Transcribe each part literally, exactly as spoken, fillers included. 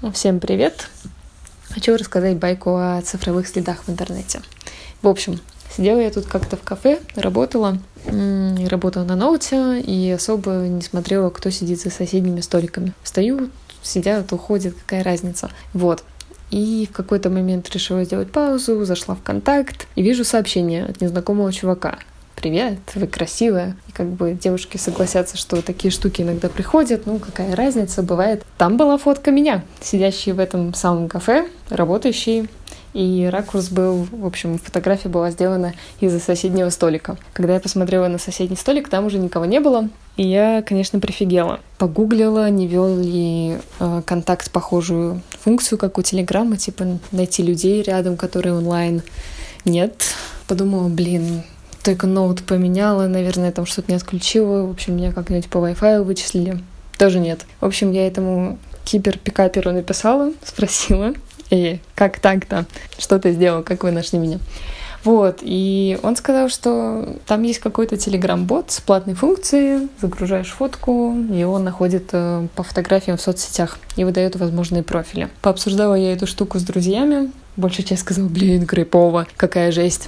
Всем привет! Хочу рассказать байку о цифровых следах в интернете. В общем, сидела я тут как-то в кафе, работала, работала на ноуте и особо не смотрела, кто сидит за соседними столиками. Встаю, сидят, уходят, какая разница. Вот. И в какой-то момент решила сделать паузу, зашла в контакт и вижу сообщение от незнакомого чувака. «Привет, вы красивая». И как бы девушки согласятся, что такие штуки иногда приходят. Ну, какая разница, бывает. Там была фотка меня, сидящей в этом самом кафе, работающей. И ракурс был, в общем, фотография была сделана из-за соседнего столика. Когда я посмотрела на соседний столик, там уже никого не было. И я, конечно, прифигела. Погуглила, не вел ли э, контакт похожую функцию, как у Телеграма, типа найти людей рядом, которые онлайн. Нет. Подумала, блин, только ноут поменяла, наверное, там что-то не отключила. В общем, меня как-нибудь по Wi-Fi вычислили. Тоже нет. В общем, я этому кибер-пикаперу написала, спросила, «Эй, как так-то? Что ты сделал? Как вы нашли меня?» Вот, и он сказал, что там есть какой-то телеграм-бот с платной функцией, загружаешь фотку, и он находит э, по фотографиям в соцсетях и выдает возможные профили. Пообсуждала я эту штуку с друзьями, большая часть сказала, блин, крипово, какая жесть.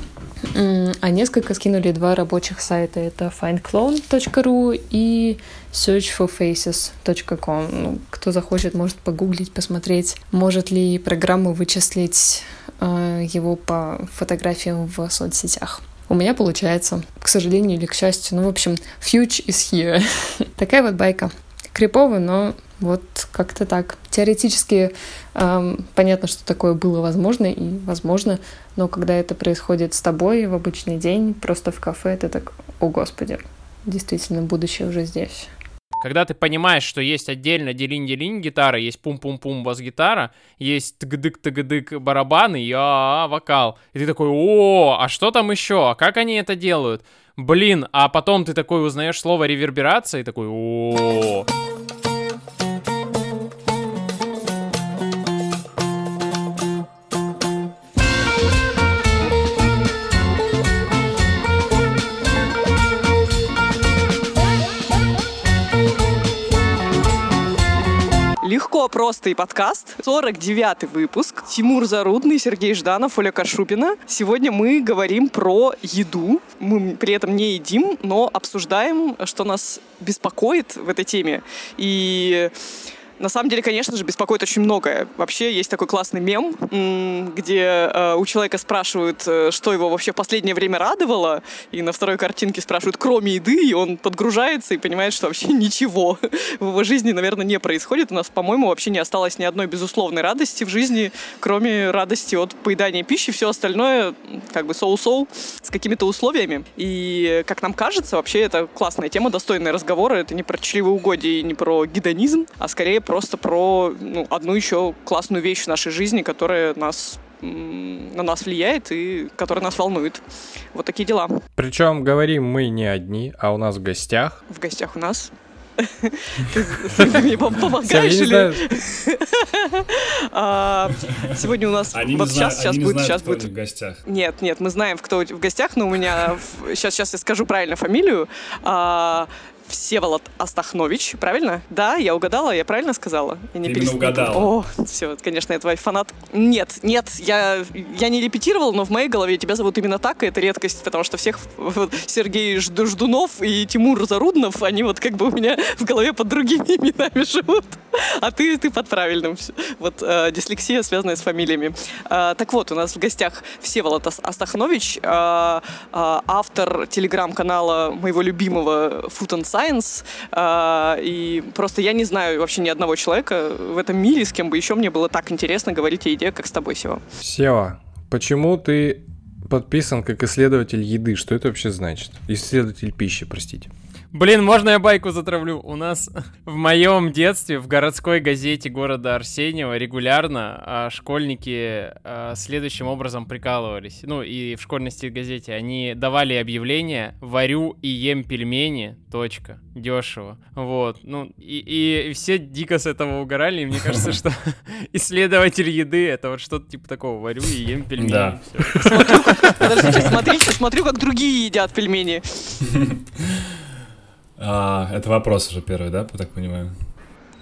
А несколько скинули два рабочих сайта. Это findclone точка ру и search for faces точка ком. Ну, кто захочет, может погуглить, посмотреть, может ли программа вычислить э, его по фотографиям в соцсетях. У меня получается, к сожалению или к счастью. Ну, в общем, future is here. Такая вот байка. Крипово, но вот как-то так. Теоретически эм, понятно, что такое было возможно и возможно, но когда это происходит с тобой в обычный день, просто в кафе, ты так, о господи, действительно, будущее уже здесь. Когда ты понимаешь, что есть отдельно делинь-делинь гитара, есть пум-пум-пум бас-гитара, есть тгдык-тгдык барабаны и а-а-а вокал. И ты такой, о, а что там еще? А как они это делают? Блин, а потом ты такой узнаешь слово реверберация и такой, о. Легко, просто и подкаст. сорок девятый выпуск. Тимур Зарудный, Сергей Жданов, Оля Кашубина. Сегодня мы говорим про еду. Мы при этом не едим, но обсуждаем, что нас беспокоит в этой теме. И на самом деле, конечно же, беспокоит очень многое. Вообще есть такой классный мем, где э, у человека спрашивают, что его вообще в последнее время радовало, и на второй картинке спрашивают, кроме еды, и он подгружается и понимает, что вообще ничего в его жизни, наверное, не происходит. У нас, по-моему, вообще не осталось ни одной безусловной радости в жизни, кроме радости от поедания пищи. Все остальное, как бы, соу-соу, с какими-то условиями. И, как нам кажется, вообще это классная тема, достойная разговора. Это не про чревоугодие и не про гедонизм, а скорее просто про ну, одну еще классную вещь в нашей жизни, которая нас, на нас влияет и которая нас волнует. Вот такие дела. Причем говорим мы не одни, а у нас в гостях. В гостях у нас. Ты мне помогаешь или... Сегодня у нас... Вот сейчас сейчас будет... сейчас будет в гостях. Нет, нет, мы знаем, кто в гостях, но у меня... Сейчас сейчас я скажу правильно фамилию. Всеволод Астахнович, правильно? Да, я угадала, я правильно сказала? Я не Ты именно угадала. О, все, конечно, я твой фанат. Нет, нет, я, я не репетировала, но в моей голове тебя зовут именно так, и это редкость, потому что всех вот, Сергей Ждунов и Тимур Заруднов, они вот как бы у меня в голове под другими именами живут, а ты, ты под правильным. Вот э, дислексия, связанная с фамилиями. Э, так вот, у нас в гостях Всеволод Астахнович, э, э, автор телеграм-канала моего любимого Food and Science, э, и просто я не знаю вообще ни одного человека в этом мире, с кем бы еще мне было так интересно говорить о еде, как с тобой, Сева. Сева, почему ты подписан как исследователь еды? Что это вообще значит? Исследователь пищи, простите. Блин, можно я байку затравлю? У нас в моем детстве в городской газете города Арсеньева регулярно а, школьники а, следующим образом прикалывались. Ну, и в школьной газете они давали объявление «Варю и ем пельмени. Точка. Дешево». Вот. Ну, и, и все дико с этого угорали, и мне кажется, что исследователь еды — это вот что-то типа такого. Варю и ем пельмени. Да. Подождите, смотрите, смотрю, как другие едят пельмени. А, это вопрос уже первый, да, я так понимаю?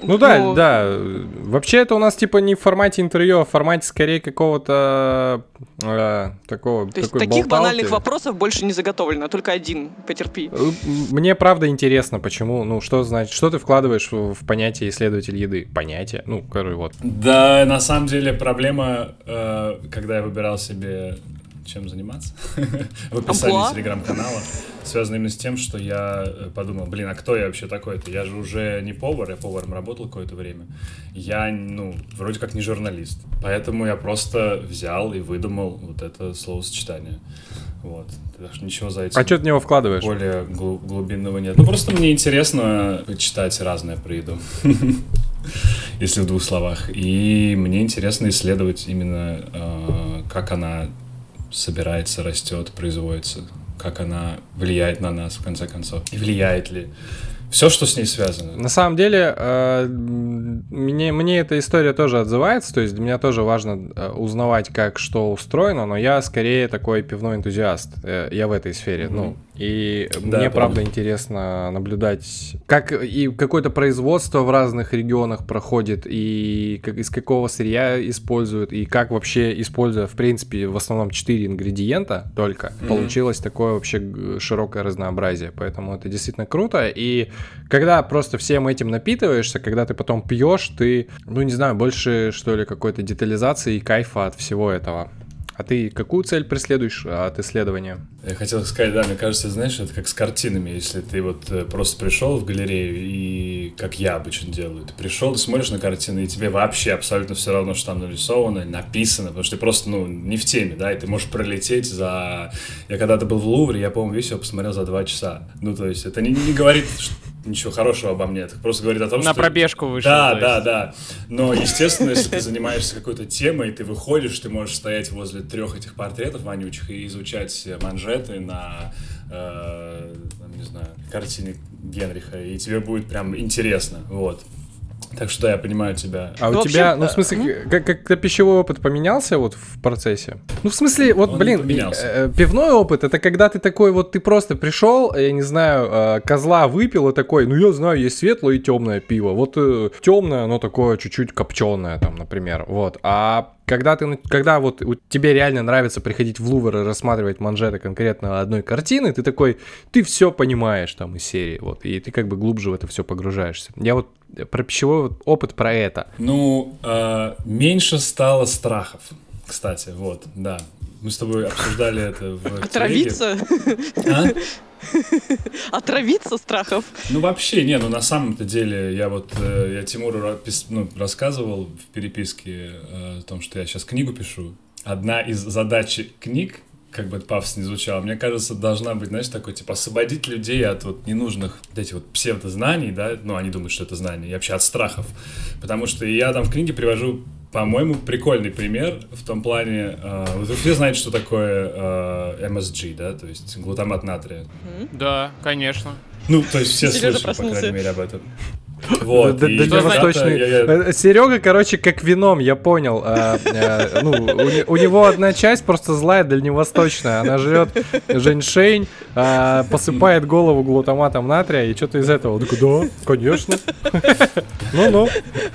Ну да, Ну, да. Вообще это у нас типа не в формате интервью, а в формате скорее какого-то э, такого. То есть такой таких болталки. банальных вопросов больше не заготовлено, только один, потерпи. Э, Мне правда интересно, почему, ну что значит, что ты вкладываешь в, в понятие исследователь еды? Понятие, ну, короче, вот. Да, на самом деле проблема, э, когда я выбирал себе, чем заниматься, в описании Амплуа? телеграм-канала, связано именно с тем, что я подумал, блин, а кто я вообще такой-то? Я же уже не повар, я поваром работал какое-то время. Я, ну, вроде как не журналист. Поэтому я просто взял и выдумал вот это словосочетание. Вот. Так что ничего за этим. А что ты в него вкладываешь? Более глу- глубинного нет. Ну, просто мне интересно читать разное про еду. Если в двух словах. И мне интересно исследовать именно, э, как она собирается, растет, производится, как она влияет на нас, в конце концов. И влияет ли. Все, что с ней связано. На самом деле, э, мне, мне эта история тоже отзывается, то есть для меня тоже важно э, узнавать, как что устроено, но я скорее такой пивной энтузиаст, э, я в этой сфере, mm-hmm. ну, и да, мне, правда, правда, интересно наблюдать, как и какое-то производство в разных регионах проходит, и как, из какого сырья используют, и как вообще, используя, в принципе, в основном четыре ингредиента только, mm-hmm. получилось такое вообще широкое разнообразие, поэтому это действительно круто, и когда просто всем этим напитываешься, когда ты потом пьешь, ты, ну не знаю, больше, что ли, какой-то детализации и кайфа от всего этого. А ты какую цель преследуешь от исследования? Я хотел сказать, да, мне кажется, знаешь, это как с картинами. Если ты вот просто пришел в галерею, и как я обычно делаю, ты пришел, ты смотришь на картины, и тебе вообще абсолютно все равно, что там нарисовано, написано, потому что ты просто, ну, не в теме, да, и ты можешь пролететь за... Я когда-то был в Лувре, я, по-моему, весь его посмотрел за два часа. Ну, то есть это не, не говорит ничего хорошего обо мне, это просто говорит о том, на что... На пробежку вышел. Да, да, да. Но, естественно, если ты занимаешься какой-то темой, ты выходишь, ты можешь стоять возле трех этих портретов вонючих и изучать манжеты на, э, не знаю, картине Генриха, и тебе будет прям интересно, вот. Так что да, я понимаю тебя. А ну, у тебя, вообще, ну в смысле, как- как-то пищевой опыт поменялся вот в процессе? Ну в смысле, вот, Он блин, поменялся. э, пивной опыт, это когда ты такой вот, ты просто пришел, я не знаю, э, козла выпил и такой, ну я знаю, есть светлое и темное пиво. Вот э, темное, оно такое чуть-чуть копченое там, например, вот. А когда ты, когда вот тебе реально нравится приходить в Лувр и рассматривать манжеты конкретно одной картины, ты такой, ты все понимаешь там из серии, вот, и ты как бы глубже в это все погружаешься. Я вот про пищевой опыт про это. Ну, э, меньше стало страхов, кстати, вот, да. Мы с тобой обсуждали это в Отравиться? А? Отравиться страхов? Ну, вообще, не, ну, на самом-то деле, я вот, э, я Тимуру рапис- ну, рассказывал в переписке э, о том, что я сейчас книгу пишу. Одна из задач книг, как бы это пафосно не звучало, мне кажется, должна быть, знаешь, такой, типа, освободить людей от вот ненужных вот этих вот псевдознаний, да, ну, они думают, что это знания, и вообще от страхов, потому что я там в книге привожу, по-моему, прикольный пример в том плане, э, вы все знаете, что такое э, эм эс джи, да, то есть глутамат натрия. Да, конечно. Ну, то есть все Сережа слышали, проснулся. по крайней мере, об этом. Вот, Да- и да- ребята, дальневосточный. я- я- Э, Серега, короче, как вином, я понял. А, э, ну, у, не- у него одна часть просто злая дальневосточная. Она жрет женьшень, а, посыпает голову глутаматом натрия, и что-то из этого. Он такой, да, конечно. Ну-ну.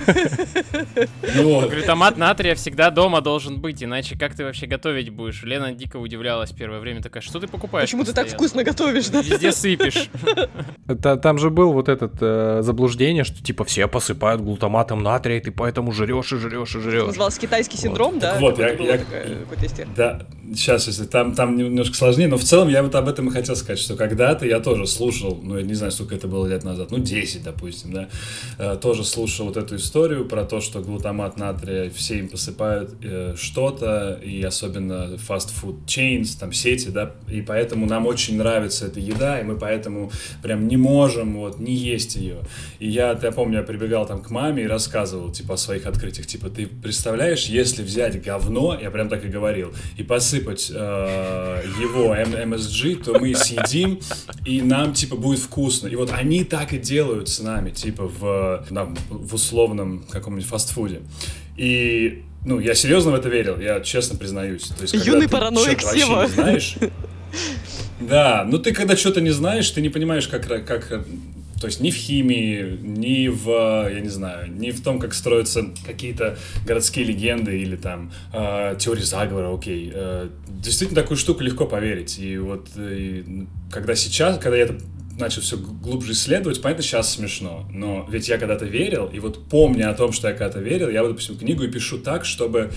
ну вот. Глютамат натрия всегда дома должен быть, иначе как ты вообще готовить будешь? Лена дико удивлялась первое время, такая, что ты покупаешь? Почему ты так постоянно? вкусно готовишь, да? Везде сыпешь. Та- Там же был вот этот э, заблуждение, что типа все посыпают глутаматом натрия, и ты поэтому жрешь и жрешь и жрешь. Назывался китайский синдром, да? Так вот, я- Какое-то я- было такое- какое-то истерия. Да, сейчас, если там, там немножко сложнее, но в целом я вот об этом и хотел сказать, что когда-то я тоже слушал, ну, я не знаю, сколько это было лет назад, ну, десять, допустим, да, э, тоже слушал вот эту историю про то, что глутамат натрия, все им посыпают э, что-то, и особенно fast-food chains, там, сети, да, и поэтому нам очень нравится эта еда, и мы поэтому прям не можем вот не есть ее. И я, я помню, я прибегал там к маме и рассказывал, типа, о своих открытиях, типа, ты представляешь, если взять говно, я прям так и говорил, и посыпать э, его эм эс джи, то мы съедим, и нам, типа, будет вкусно. И вот они так и делают с нами, типа, в, там, в условном каком-нибудь фастфуде. И, ну, я серьезно в это верил, я честно признаюсь. То есть, когда Юный ты параноик что-то вообще Сева. не знаешь, да, ну ты когда что-то не знаешь, ты не понимаешь, как, как То есть ни в химии, ни в, я не знаю, ни в том, как строятся какие-то городские легенды или там э, теории заговора, окей. Э, действительно, такую штуку легко поверить. И вот и, когда сейчас, когда я это начал все глубже исследовать, понятно, сейчас смешно, но ведь я когда-то верил, и вот помня о том, что я когда-то верил, я вот, допустим, книгу и пишу так, чтобы,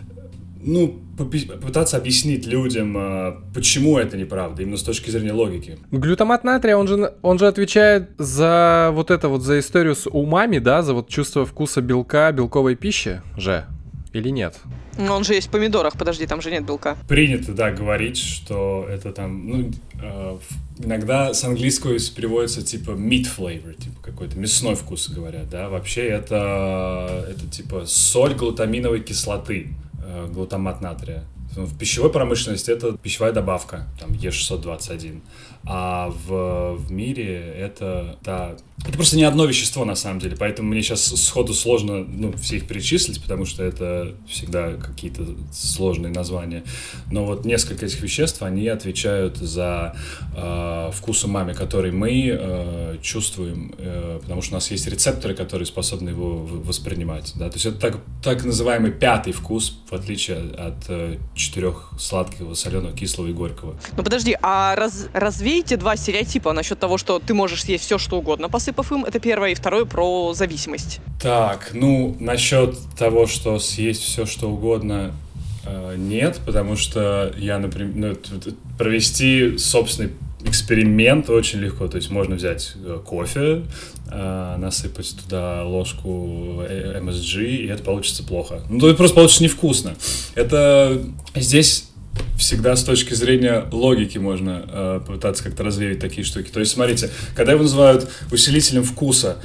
ну, попытаться объяснить людям, почему это неправда, именно с точки зрения логики. Глютамат натрия, он же, он же отвечает за вот это вот, за историю с умами, да, за вот чувство вкуса белка, белковой пищи же, или нет? Но он же есть в помидорах, подожди, там же нет белка. Принято, да, говорить, что это там, ну, э, иногда с английского переводится типа meat flavor, типа какой-то мясной вкус, говорят, да. Вообще это, это типа соль глутаминовой кислоты, э, глутамат натрия. В пищевой промышленности это пищевая добавка, там Е шестьсот двадцать один. А в, в мире это, да, это просто не одно вещество на самом деле, поэтому мне сейчас сходу сложно, ну, все их перечислить, потому что это всегда какие-то сложные названия. Но вот несколько этих веществ, они отвечают за э, вкус умами, который мы э, чувствуем, э, потому что у нас есть рецепторы, которые способны его воспринимать. Да? То есть это так, так называемый пятый вкус, в отличие от э, четырех сладкого, соленого, кислого и горького. Ну подожди, а раз, разве эти два стереотипа насчет того, что ты можешь съесть все, что угодно, посыпав им, это первое, и второе про зависимость. Так, ну, насчет того, что съесть все, что угодно, э, нет, потому что я, например, ну, провести собственный эксперимент очень легко, то есть можно взять кофе, э, насыпать туда ложку эм эс джи, и это получится плохо. Ну, это просто получится невкусно. Это здесь всегда с точки зрения логики можно э, попытаться как-то развеять такие штуки. То есть, смотрите, когда его называют усилителем вкуса,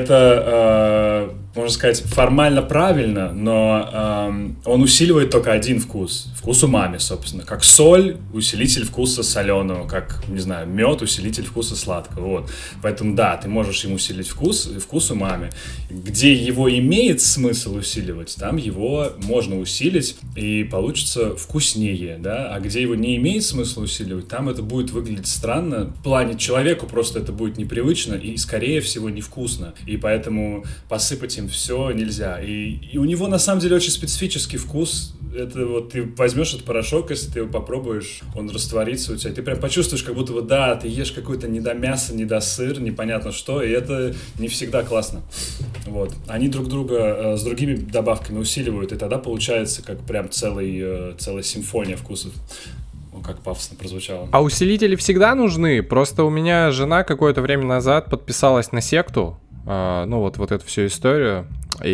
это, э, можно сказать, формально правильно, но э, он усиливает только один вкус. Вкус умами, собственно. Как соль — усилитель вкуса соленого, как, не знаю, мед — усилитель вкуса сладкого. Вот. Поэтому, да, ты можешь им усилить вкус, вкус умами. Где его имеет смысл усиливать, там его можно усилить, и получится вкуснее, да, а где его не имеет смысла усиливать, там это будет выглядеть странно. В плане человеку просто это будет непривычно и, скорее всего, невкусно. И поэтому посыпать им все нельзя. И, и у него, на самом деле, очень специфический вкус. Это вот ты возьмешь этот порошок, если ты его попробуешь, он растворится у тебя, и ты прям почувствуешь, как будто бы, да, ты ешь какой-то не до мяса, не до сыр, непонятно что, и это не всегда классно. Вот. Они друг друга э, с другими добавками усиливают, и тогда получается как прям целый, э, целая симфония вкусов. О, как пафосно прозвучало. А усилители всегда нужны? Просто у меня жена какое-то время назад подписалась на секту, э, ну вот, вот эту всю историю.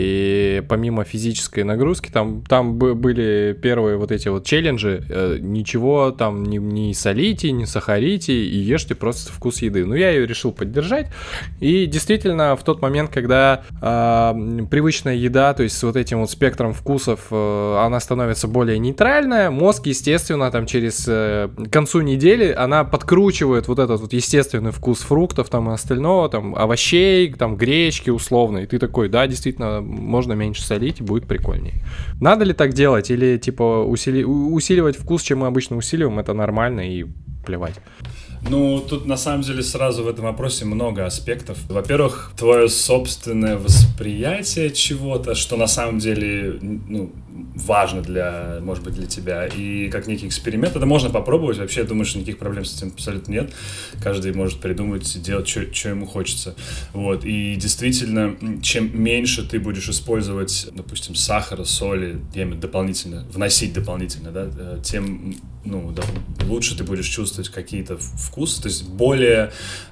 И помимо физической нагрузки, там, там были первые вот эти вот челленджи, э, ничего там не, не солите, не сахарите и ешьте просто вкус еды. Ну, я ее решил поддержать. И действительно, в тот момент, когда э, привычная еда, то есть с вот этим вот спектром вкусов, э, она становится более нейтральная, мозг, естественно, там через э, к концу недели она подкручивает вот этот вот естественный вкус фруктов там и остального, там овощей, там гречки условно. И ты такой, да, действительно, можно меньше солить, и будет прикольнее. Надо ли так делать? Или, типа, усили... усиливать вкус, чем мы обычно усиливаем, это нормально и плевать? Ну, тут на самом деле сразу в этом вопросе много аспектов. Во-первых, твое собственное восприятие чего-то, что на самом деле, ну, важно для, может быть, для тебя, и как некий эксперимент, это можно попробовать. Вообще, я думаю, что никаких проблем с этим абсолютно нет. Каждый может придумать, делать, что ему хочется. Вот. И действительно, чем меньше ты будешь использовать, допустим, сахара, соли, дополнительно, вносить дополнительно, да, тем, ну, да, лучше ты будешь чувствовать какие-то вкусы, то есть более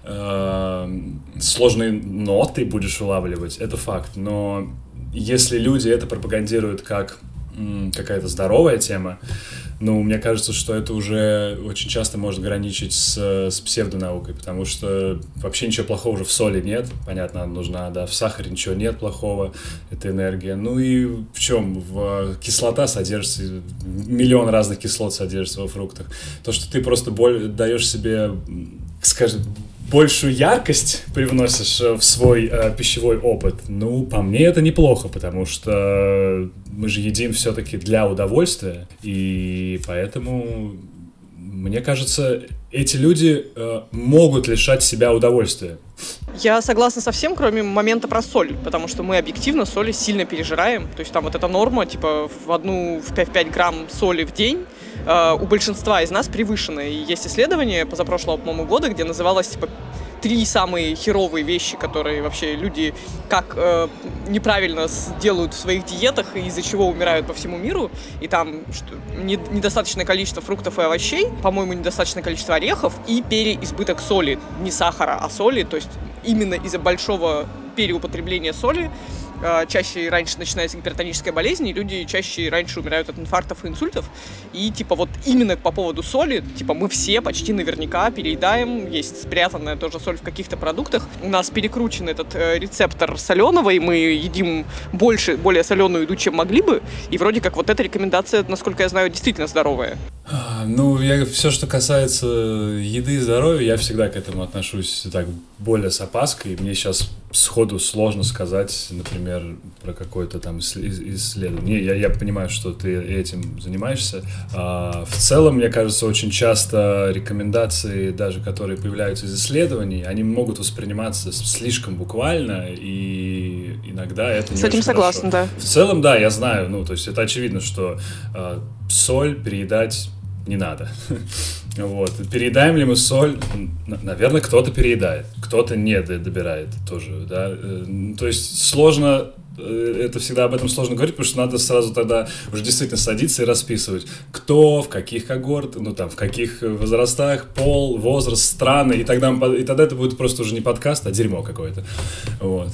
э, сложные ноты будешь улавливать, это факт. Но если люди это пропагандируют как м, какая-то здоровая тема, ну, мне кажется, что это уже очень часто может граничить с, с псевдонаукой, потому что вообще ничего плохого уже в соли нет, понятно, она нужна, да, в сахаре ничего нет плохого, это энергия. Ну и в чем? В кислота содержится, миллион разных кислот содержится во фруктах. То, что ты просто боль, даешь себе, скажем, большую яркость привносишь в свой э, пищевой опыт, ну, по мне это неплохо, потому что мы же едим все-таки для удовольствия, и поэтому, мне кажется, эти люди э, могут лишать себя удовольствия. Я согласна со всем, кроме момента про соль, потому что мы объективно соли сильно пережираем. То есть там вот эта норма, типа в одну, в пять грамм соли в день э, у большинства из нас превышена. И есть исследование позапрошлого, по-моему, года, где называлось, типа, три самые херовые вещи, которые вообще люди как э, неправильно делают в своих диетах и из-за чего умирают по всему миру. И там что, не, недостаточное количество фруктов и овощей, по-моему, недостаточное количество орехов и переизбыток соли. Не сахара, а соли. То есть именно из-за большого переупотребления соли э, чаще раньше начинается гипертоническая болезнь, и люди чаще раньше умирают от инфарктов и инсультов. И типа вот именно по поводу соли, типа мы все почти наверняка переедаем, есть спрятанная тоже соль в каких-то продуктах. У нас перекручен этот э, рецептор соленого, и мы едим больше, более соленую еду, чем могли бы. И вроде как вот эта рекомендация, насколько я знаю, действительно здоровая. Ну, я, все, что касается еды и здоровья, я всегда к этому отношусь так более с опаской. Мне сейчас сходу сложно сказать, например, про какое-то там исследование. Я, я понимаю, что ты этим занимаешься. А, в целом, мне кажется, очень часто рекомендации, даже которые появляются из исследований, они могут восприниматься слишком буквально, и иногда это не С этим очень согласна, хорошо. Да. В целом, да, я знаю. Ну, то есть это очевидно, что а, соль переедать не надо. Вот. Переедаем ли мы соль? Наверное, кто-то переедает, кто-то не добирает тоже, да. То есть сложно, это всегда об этом сложно говорить, потому что надо сразу тогда уже действительно садиться и расписывать, кто, в каких когортах, ну там, в каких возрастах, пол, возраст, страны, и тогда, и тогда это будет просто уже не подкаст, а дерьмо какое-то. Вот.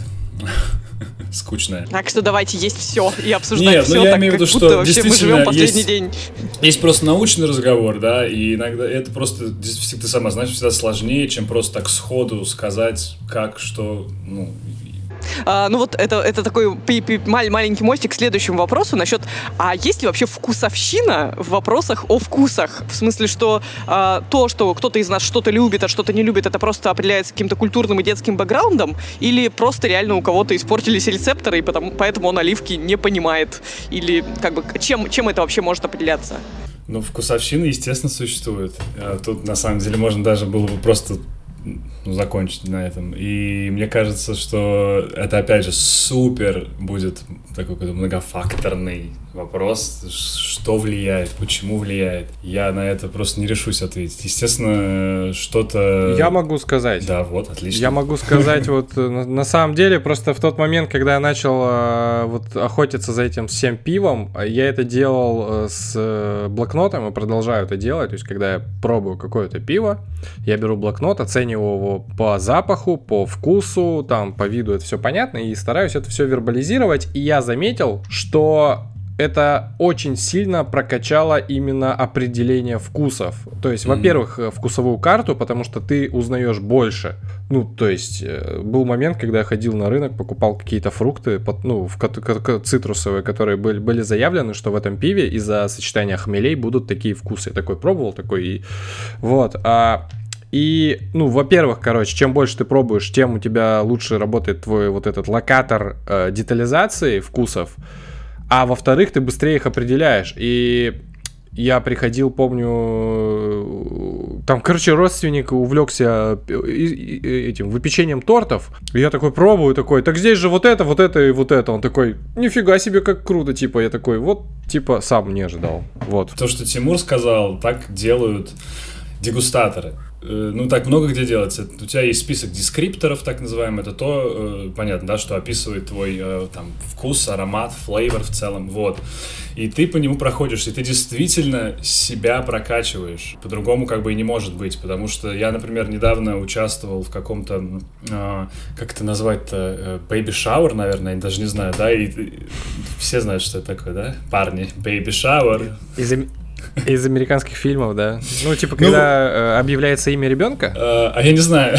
Скучная. Так что давайте есть все и обсуждать Нет, все, ну я так имею в как виду, будто что вообще мы живем последний есть, день. Есть просто научный разговор, да, и иногда это просто, ты сама знаешь, всегда сложнее, чем просто так сходу сказать, как, что, ну... А, ну вот это, это такой маленький мостик к следующему вопросу насчет, а есть ли вообще вкусовщина в вопросах о вкусах? В смысле, что а, то, что кто-то из нас что-то любит, а что-то не любит, это просто определяется каким-то культурным и детским бэкграундом? Или просто реально у кого-то испортились рецепторы, и потому, поэтому он оливки не понимает? Или как бы чем, чем это вообще может определяться? Ну, вкусовщина, естественно, существует. Тут, на самом деле, можно даже было бы просто... Ну, закончить на этом. И мне кажется, что это, опять же, супер будет такой какой-то многофакторный вопрос. Что влияет, почему влияет. Я на это просто не решусь ответить. Естественно, что-то... Я могу сказать. Да, вот, отлично. Я могу сказать, вот, на, на самом деле, просто в тот момент, когда я начал э, вот, охотиться за этим всем пивом, я это делал э, с блокнотом и продолжаю это делать. То есть, когда я пробую какое-то пиво, я беру блокнот, оцениваю его по запаху, по вкусу, там, по виду, это все понятно, и стараюсь это все вербализировать. И я заметил, что это очень сильно прокачало именно определение вкусов. То есть, mm-hmm. во-первых, вкусовую карту, потому что ты узнаешь больше. Ну, то есть, был момент, когда я ходил на рынок, покупал какие-то фрукты, ну, цитрусовые, которые были, были заявлены, что в этом пиве из-за сочетания хмелей будут такие вкусы. Я такой пробовал, такой и... Вот, а... И, ну, во-первых, короче, чем больше ты пробуешь, тем у тебя лучше работает твой вот этот локатор э, детализации вкусов, а во-вторых, ты быстрее их определяешь. И я приходил, помню, там, короче, родственник увлекся этим выпечением тортов. И я такой пробую, такой, так здесь же вот это, вот это и вот это. Он такой, нифига себе, как круто, типа, я такой, вот, типа, сам не ожидал. Вот. То, что Тимур сказал, так делают дегустаторы. Ну, так много где делается. У тебя есть список дескрипторов, так называемый. Это то, понятно, да, что описывает твой там вкус, аромат, флейвор в целом. Вот. И ты по нему проходишь, и ты действительно себя прокачиваешь. По-другому как бы и не может быть. Потому что я, например, недавно участвовал в каком-то, как это назвать-то, baby shower, наверное, я даже не знаю, да, и, и все знают, что это такое, да? Парни, baby shower. Из Из американских фильмов, да. Ну, типа, когда ну, э, объявляется имя ребенка. Э, а я не знаю.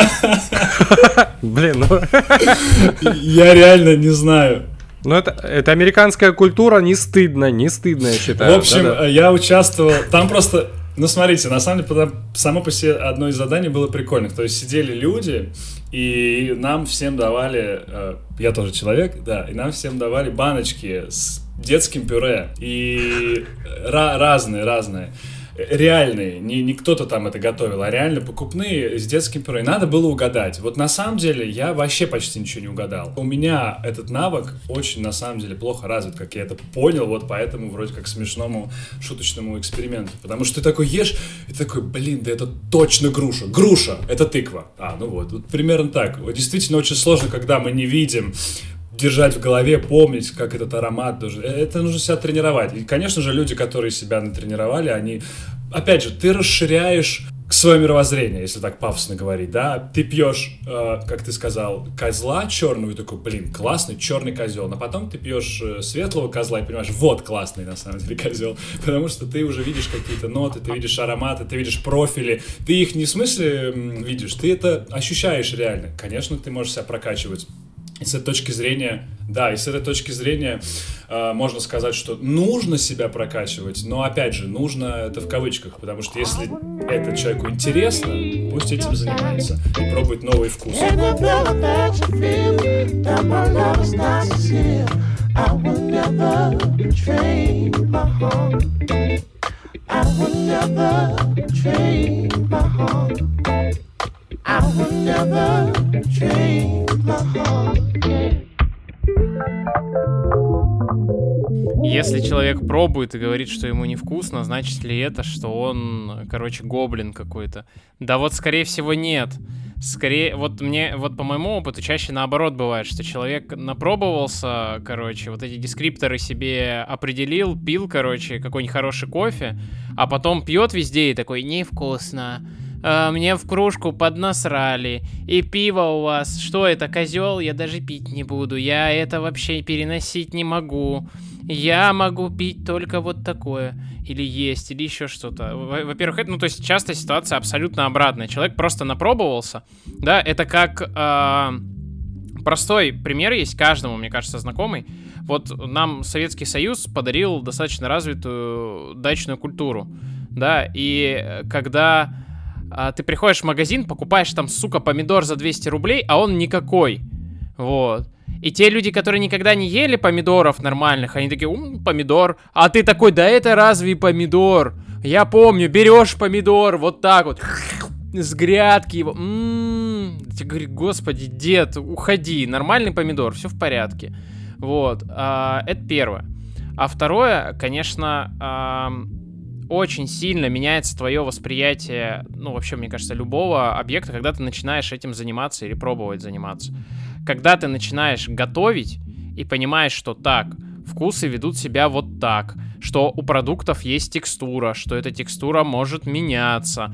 Блин, ну... Я реально не знаю. Ну, это, это американская культура, не стыдно, не стыдно, я считаю. В общем, да-да. я участвовал... Там просто... Ну, смотрите, на самом деле, само по себе одно из заданий было прикольных. То есть сидели люди, и нам всем давали... Э, я тоже человек, да, и нам всем давали баночки с детским пюре. И ra- разные, разные. реальные, не, не кто-то там это готовил, а реально покупные с детским пюре. Надо было угадать. Вот на самом деле я вообще почти ничего не угадал. У меня этот навык очень, на самом деле, плохо развит, как я это понял, вот поэтому вроде как смешному шуточному эксперименту. Потому что ты такой ешь, и такой, блин, да это точно груша. Груша, это тыква. А, ну вот, вот примерно так. Вот действительно очень сложно, когда мы не видим, держать в голове, помнить, как этот аромат должен... Это нужно себя тренировать. И, конечно же, люди, которые себя натренировали, они... Опять же, ты расширяешь свое мировоззрение, если так пафосно говорить, да? Ты пьешь, э, как ты сказал, козла черного, и такой, блин, классный черный козел. Но потом ты пьешь э, светлого козла и понимаешь, вот классный, на самом деле, козел. Потому что ты уже видишь какие-то ноты, ты видишь ароматы, ты видишь профили. Ты их не в смысле м, видишь, ты это ощущаешь реально. Конечно, ты можешь себя прокачивать. И с этой точки зрения, да, и с этой точки зрения э, можно сказать, что нужно себя прокачивать, но опять же, нужно это в кавычках, потому что если это человеку интересно, пусть этим занимается и пробует новые вкусы. I will never trade my heart. Если человек пробует и говорит, что ему невкусно, значит ли это, что он, короче, гоблин какой-то? Да вот, скорее всего, нет. Скорее, вот мне, вот по моему опыту, чаще наоборот бывает, что человек напробовался, короче, вот эти дескрипторы себе определил, пил, короче, какой-нибудь хороший кофе, а потом пьет везде и такой, невкусно. Мне в кружку поднасрали. И пиво у вас, что это, козел? Я даже пить не буду. Я это вообще переносить не могу. Я могу пить только вот такое. Или есть, или еще что-то. Во-первых, это, ну, то есть часто ситуация абсолютно обратная. Человек просто напробовался. Да, это как... Э, простой пример есть каждому, мне кажется, знакомый. Вот нам Советский Союз подарил достаточно развитую дачную культуру. Да, и когда... А ты приходишь в магазин, покупаешь там, сука, помидор за двести рублей, а он никакой. Вот. И те люди, которые никогда не ели помидоров нормальных, они такие, ум, помидор. А ты такой, да это разве помидор? Я помню, берешь помидор, вот так вот, с грядки его. М-м-м. Ты говоришь, господи, дед, уходи, нормальный помидор, все в порядке. Вот. А, это первое. А второе, конечно... А... очень сильно меняется твое восприятие, ну, вообще, мне кажется, любого объекта, когда ты начинаешь этим заниматься или пробовать заниматься. Когда ты начинаешь готовить и понимаешь, что так, вкусы ведут себя вот так, что у продуктов есть текстура, что эта текстура может меняться,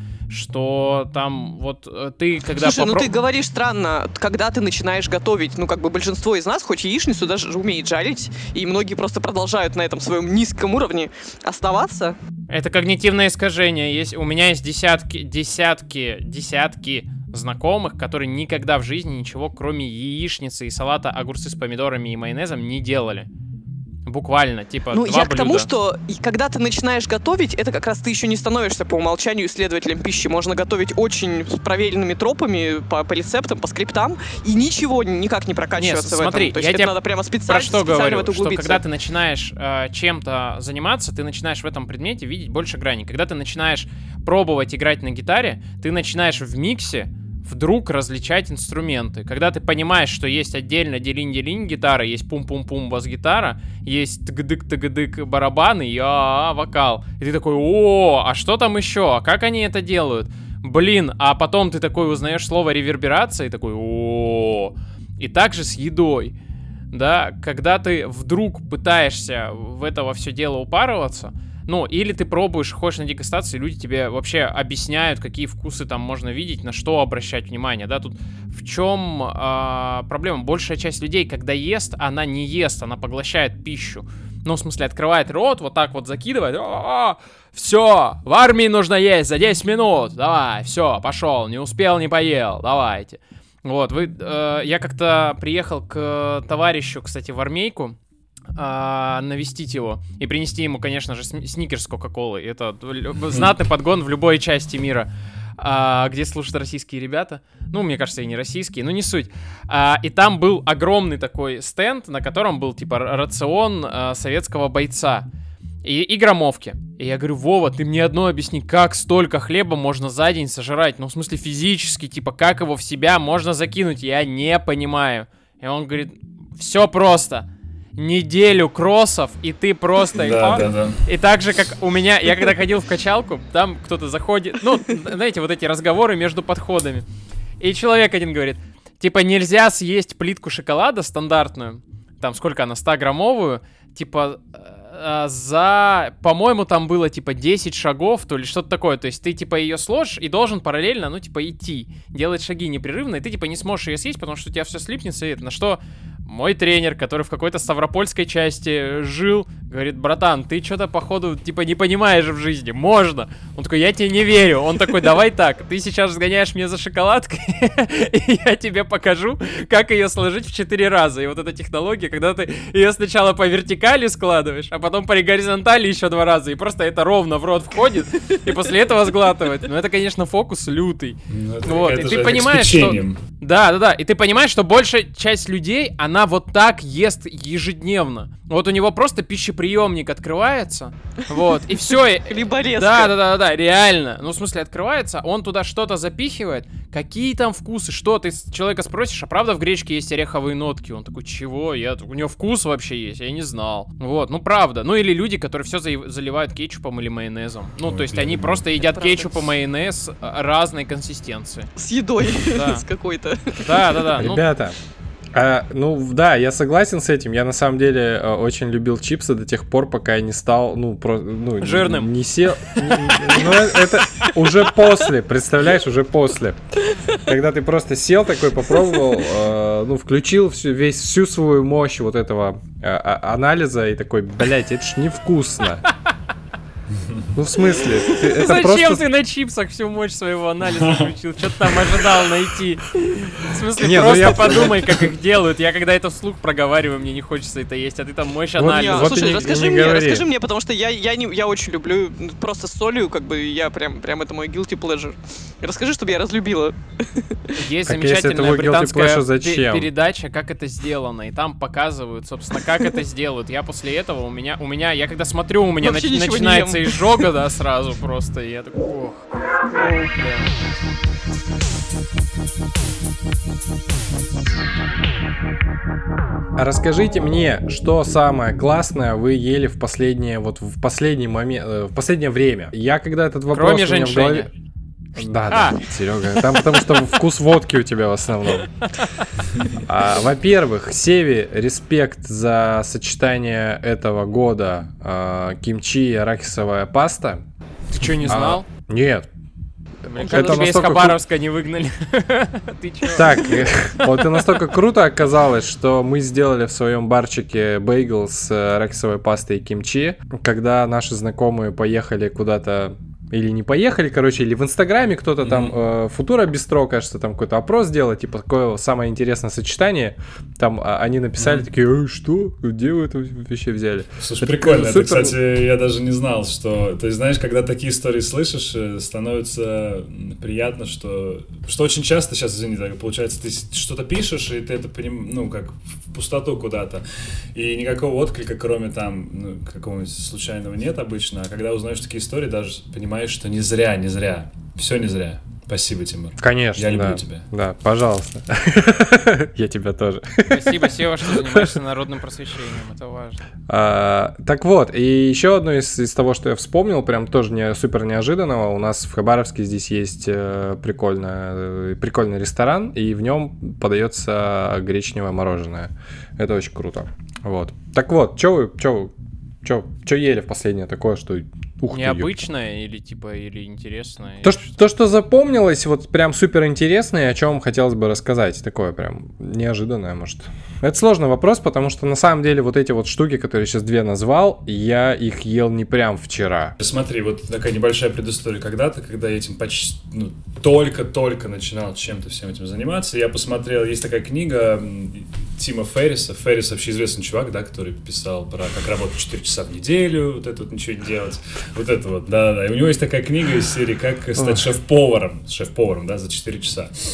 что там вот ты когда... Слушай, попро... ну ты говоришь странно, когда ты начинаешь готовить, ну как бы большинство из нас, хоть яичницу даже умеет жарить, и многие просто продолжают на этом своем низком уровне оставаться. Это когнитивное искажение. Есть, у меня есть десятки, десятки, десятки знакомых, которые никогда в жизни ничего, кроме яичницы и салата огурцы с помидорами и майонезом, не делали. Буквально, типа, ну, два я к тому, блюда. что и когда ты начинаешь готовить, это как раз ты еще не становишься по умолчанию исследователем пищи. Можно готовить очень с проверенными тропами, по, по рецептам, по скриптам, и ничего никак не прокачиваться. Нет, смотри, в этом. То есть я это тебе надо прямо специально, про что специально говорю, в это углубиться. что когда ты начинаешь э, чем-то заниматься, ты начинаешь в этом предмете видеть больше граней. Когда ты начинаешь пробовать играть на гитаре, ты начинаешь в миксе вдруг различать инструменты. Когда ты понимаешь, что есть отдельно делинь-делинь гитара, есть пум-пум-пум бас-гитара, есть тыгдык-тыгдык барабаны и а-а-а вокал. И ты такой, о, а что там еще? А как они это делают? Блин, а потом ты такой узнаешь слово реверберация и такой, о. И также с едой. Да, когда ты вдруг пытаешься в это во все дело упарываться, ну, или ты пробуешь, ходишь на дегустации, люди тебе вообще объясняют, какие вкусы там можно видеть, на что обращать внимание, да, тут в чем э, проблема? Большая часть людей, когда ест, она не ест, она поглощает пищу, ну, в смысле, открывает рот, вот так вот закидывает, все, в армии нужно есть за десять минут, давай, все, пошел, не успел, не поел, давайте. Вот, вы, э, я как-то приехал к товарищу, кстати, в армейку, А, навестить его и принести ему, конечно же, сникерс с кока-колой. Это знатный подгон в любой части мира, а, где слушают российские ребята. Ну, мне кажется, и не российские, но не суть. А, и там был огромный такой стенд, на котором был типа рацион а, советского бойца. И, и граммовки. И я говорю, Вова, ты мне одно объясни, как столько хлеба можно за день сожрать? Ну, в смысле, физически, типа, как его в себя можно закинуть? Я не понимаю. И он говорит, все просто. Неделю кроссов, и ты просто... Да, да, да. И так же, как у меня... Я когда ходил в качалку, там кто-то заходит... Ну, знаете, вот эти разговоры между подходами. И человек один говорит, типа, нельзя съесть плитку шоколада стандартную, там, сколько она, сто-граммовую, типа... за, по-моему, там было, типа, десять шагов, то ли что-то такое, то есть ты, типа, ее сложишь и должен параллельно, ну, типа, идти, делать шаги непрерывно, и ты, типа, не сможешь ее съесть, потому что у тебя все слипнется, и это, на что мой тренер, который в какой-то ставропольской части жил, говорит, братан, ты что-то, походу, типа, не понимаешь в жизни, можно. Он такой, я тебе не верю. Он такой, давай так, ты сейчас сгоняешь мне за шоколадкой, и я тебе покажу, как ее сложить в четыре раза. И вот эта технология, когда ты ее сначала по вертикали складываешь, а потом по горизонтали еще два раза, и просто это ровно в рот входит, и после этого сглатывает. Ну, это, конечно, фокус лютый. Ну, это, вот, это и ты понимаешь, что... Да, да, да, и ты понимаешь, что большая часть людей, она вот так ест ежедневно. Вот у него просто пищеприемник открывается, вот, и все. Хлеборезка. Да, да, да, да, реально. Ну, в смысле, открывается, он туда что-то запихивает. Какие там вкусы, что? Ты человека спросишь, а правда в гречке есть ореховые нотки? Он такой, чего? Я... У него вкус вообще есть, я не знал. Вот, ну правда. Ну или люди, которые все заливают кетчупом или майонезом. Ну, Ой, то есть блин, они блин. просто едят правда. кетчуп и майонез разной консистенции. С едой. Да. С какой-то. Да, да, да. ну, Ребята, а, ну да, я согласен с этим. Я на самом деле э, очень любил чипсы до тех пор, пока я не стал, ну, про, ну Жирным. Не, не сел. Ну, это уже после, представляешь, уже после. Когда ты просто сел такой, попробовал, э, ну, включил всю, весь, всю свою мощь вот этого э, анализа и такой, блять, это ж невкусно. Ну, в смысле? Ты, это Зачем просто... ты на чипсах всю мощь своего анализа включил? Что ты там ожидал найти? В смысле, Не, ну просто я- подумай, как их делают. Я когда это вслух проговариваю, мне не хочется это есть, а ты там мощь Вот анализа. Не, вот слушай, и не- расскажи и не мне, говори. расскажи мне, потому что я, я, не, я очень люблю ну, просто с солью, как бы я прям, прям это мой guilty pleasure. Расскажи, чтобы я разлюбила. Есть Так если это замечательная твой guilty британская pleasure, пе- зачем? передача, как это сделано, и там показывают, собственно, как это сделают. Я после этого, у меня, у меня, я когда смотрю, у меня Вообще нач- ничего не начинается ем. изжога, да, сразу просто, и я такой, ох. А расскажите мне, что самое классное вы ели в последнее, вот в последний момент, э, в последнее время? Я когда этот вопрос... Кроме у меня в женьшеня. голове- Да, А. да, Серега, там потому что вкус водки у тебя в основном. А, во-первых, Севе, респект за сочетание этого года а, кимчи и арахисовая паста. Ты что, не знал? А, нет. Блин, это как тебя из настолько кру- Хабаровска не выгнали? Ты чё? Так, э, вот это настолько круто оказалось, что мы сделали в своем барчике бейгл с э, арахисовой пастой и кимчи. Когда наши знакомые поехали куда-то, или не поехали, короче, или в Инстаграме кто-то там, э, Футура Бистро, кажется, там какой-то опрос сделал, типа, какое самое интересное сочетание. Там а, они написали такие, «Э, что? Где вы это вообще взяли?» Слушай, Это прикольно. Это, супер. кстати, я даже не знал, что... То есть, знаешь, когда такие истории слышишь, э, становится приятно, что... Что очень часто, сейчас, извини, так получается, ты с- что-то пишешь, и ты это поним... ну, как в пустоту куда-то. И никакого отклика, кроме там, ну, какого-нибудь случайного нет обычно. А когда узнаешь такие истории, даже понимаешь, что не зря, не зря. Все не зря. Спасибо, Тимур. Конечно, Я люблю да. тебя. Да, пожалуйста. Я тебя тоже. Спасибо, Сева, что занимаешься народным просвещением, это важно. А, так вот, и еще одно из, из того, что я вспомнил, прям тоже не супер неожиданного. У нас в Хабаровске здесь есть э, прикольно, э, прикольный ресторан, и в нем подается гречневое мороженое. Это очень круто. Вот. Так вот, что вы, что вы, что, что ели в последнее такое, что ух ты, ёпта. Необычное или типа, или интересное? То, или что, то, что запомнилось, вот прям супер интересное, о чем хотелось бы рассказать. Такое прям неожиданное, может. Это сложный вопрос, потому что на самом деле вот эти вот штуки, которые я сейчас две назвал, я их ел не прям вчера. Смотри, вот такая небольшая предыстория. Когда-то, когда я этим почти, ну, только-только начинал чем-то всем этим заниматься, я посмотрел, есть такая книга м, Тима Ферриса. Феррис вообще известный чувак, да, который писал про как работать четыре часа в неделю, вот это вот ничего не делать. Вот это вот, да-да-да. И у него есть такая книга из серии «Как стать шеф-поваром». Шеф-поваром, да, за четыре часа.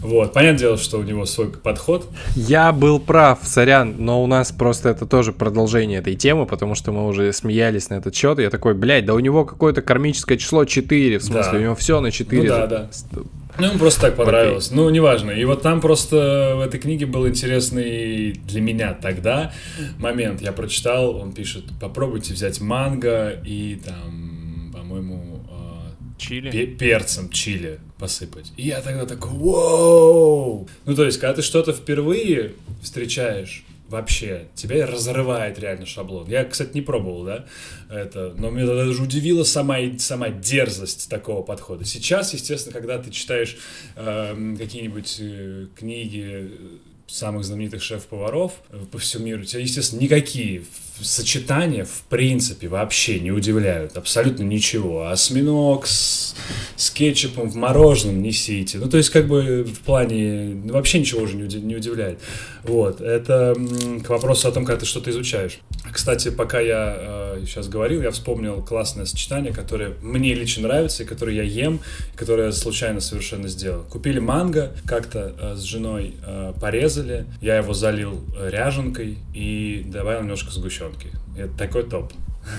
Вот, понятное дело, что у него свой подход. Я был прав, сорян, но у нас просто это тоже продолжение этой темы, потому что мы уже смеялись на этот счет. Я такой, блядь, да у него какое-то кармическое число четыре, в смысле, Да. у него все на четыре. Ну да, да. Ну, ему просто так понравилось. Okay. Ну, неважно. И вот там просто в этой книге был интересный для меня тогда момент. Я прочитал, он пишет, попробуйте взять манго и там, по-моему, чили. Пе- перцем чили посыпать. И я тогда такой, вау! Ну, то есть, когда ты что-то впервые встречаешь, вообще, тебя разрывает реально шаблон. Я, кстати, не пробовал, да, это, но меня даже удивила сама, сама дерзость такого подхода. Сейчас, естественно, когда ты читаешь э, какие-нибудь э, книги самых знаменитых шеф-поваров э, по всему миру, тебя, естественно, никакие сочетания, в принципе, вообще не удивляют. Абсолютно ничего. Осьминог с, с кетчупом в мороженом несите. Ну, то есть, как бы, в плане вообще ничего уже не, уди- не удивляет. Вот. Это м, к вопросу о том, когда ты что-то изучаешь. Кстати, пока я э, сейчас говорил, я вспомнил классное сочетание, которое мне лично нравится, и которое я ем, и которое я случайно совершенно сделал. Купили манго, как-то э, с женой э, порезали, я его залил ряженкой и добавил немножко сгущенки. Это такой топ.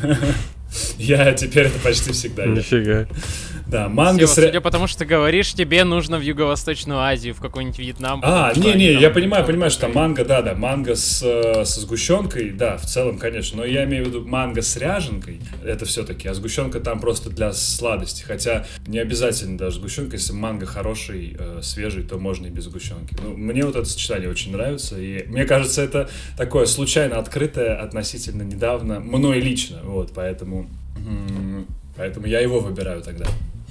Я теперь это почти всегда ем. Нифига. Да, манго Сева, с... судя по тому, что ты говоришь, тебе нужно в Юго-Восточную Азию, в какой-нибудь Вьетнам. А, не-не, я понимаю, понимаю, что там манго, да-да, манго с, со сгущенкой, да, в целом, конечно, но я имею в виду манго с ряженкой, это все-таки, а сгущенка там просто для сладости, хотя не обязательно даже сгущенка, если манго хороший, э, свежий, то можно и без сгущенки. Ну, мне вот это сочетание очень нравится, и мне кажется, это такое случайно открытое относительно недавно, мной лично, вот, поэтому, м- поэтому я его выбираю тогда.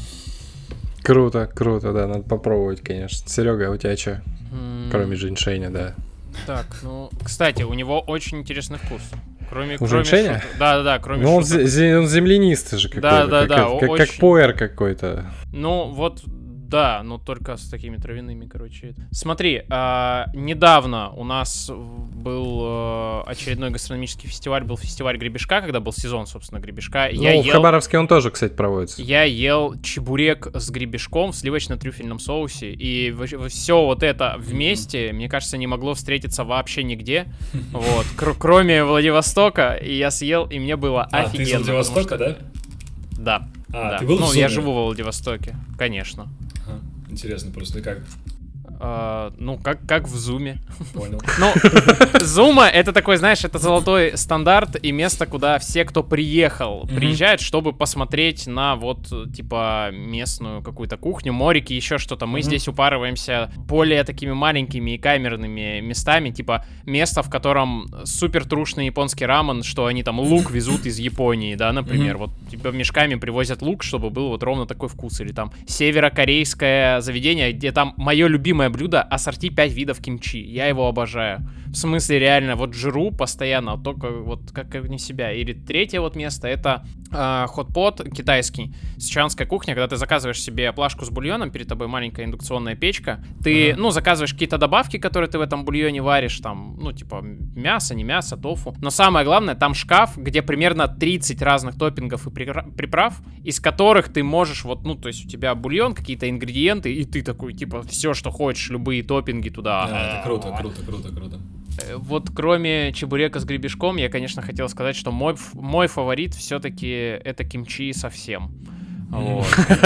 Круто, круто, да, надо попробовать, конечно. Серега, а у тебя что? М, Кроме женьшеня, да. Так, ну, кстати, у него очень интересный вкус. Кроме, У кроме женьшеня? шуток. Да, да, да, кроме Ну, он, шуток. зе- он землянистый же какой-то. Да, да, как, да, как, как, очень. как пуэр какой-то. Ну, вот, да, но только с такими травяными, короче. Смотри, а, недавно у нас был а, очередной гастрономический фестиваль, был фестиваль гребешка, когда был сезон, собственно, гребешка. Ну, Я в ел, Хабаровске он тоже, кстати, проводится. я ел чебурек с гребешком в сливочно-трюфельном соусе, и все вот это вместе, мне кажется, не могло встретиться вообще нигде, вот, кр- кроме Владивостока, и я съел, и мне было А, офигенно. ты из Владивостока, потому что- да? Да. А, да. ты был в Ну, я Зуме? живу во Владивостоке, конечно. Ага. Интересно просто, и как? А, ну, как, как в Зуме. Понял. Ну, Зума — это такой, знаешь, это золотой стандарт и место, куда все, кто приехал, Мгм. приезжают, чтобы посмотреть на вот, типа, местную какую-то кухню, морики, еще что-то. Мы Мгм. здесь упарываемся более такими маленькими и камерными местами, типа место, в котором супер трушный японский рамен, что они там лук везут из Японии, да, например. Мгм. Вот типа мешками привозят лук, чтобы был вот ровно такой вкус. Или там северокорейское заведение, где там мое любимое блюдо — ассорти пять видов кимчи. Я его обожаю. В смысле, реально, вот жру постоянно, только вот как, как не себя. Или третье вот место — это э, хот-пот китайский, сычуанская кухня, когда ты заказываешь себе плашку с бульоном, перед тобой маленькая индукционная печка, ты, Ага. ну, заказываешь какие-то добавки, которые ты в этом бульоне варишь, там, ну, типа, мясо, не мясо, тофу. Но самое главное, там шкаф, где примерно тридцать разных топпингов и прикра- приправ, из которых ты можешь, вот, ну, то есть у тебя бульон, какие-то ингредиенты, и ты такой, типа, все, что хочешь, любые топпинги туда. Да, это круто, круто, круто, круто. Э, Вот кроме чебурека с гребешком, я, конечно, хотел сказать, что мой, ф- мой фаворит все-таки это кимчи совсем. Вот.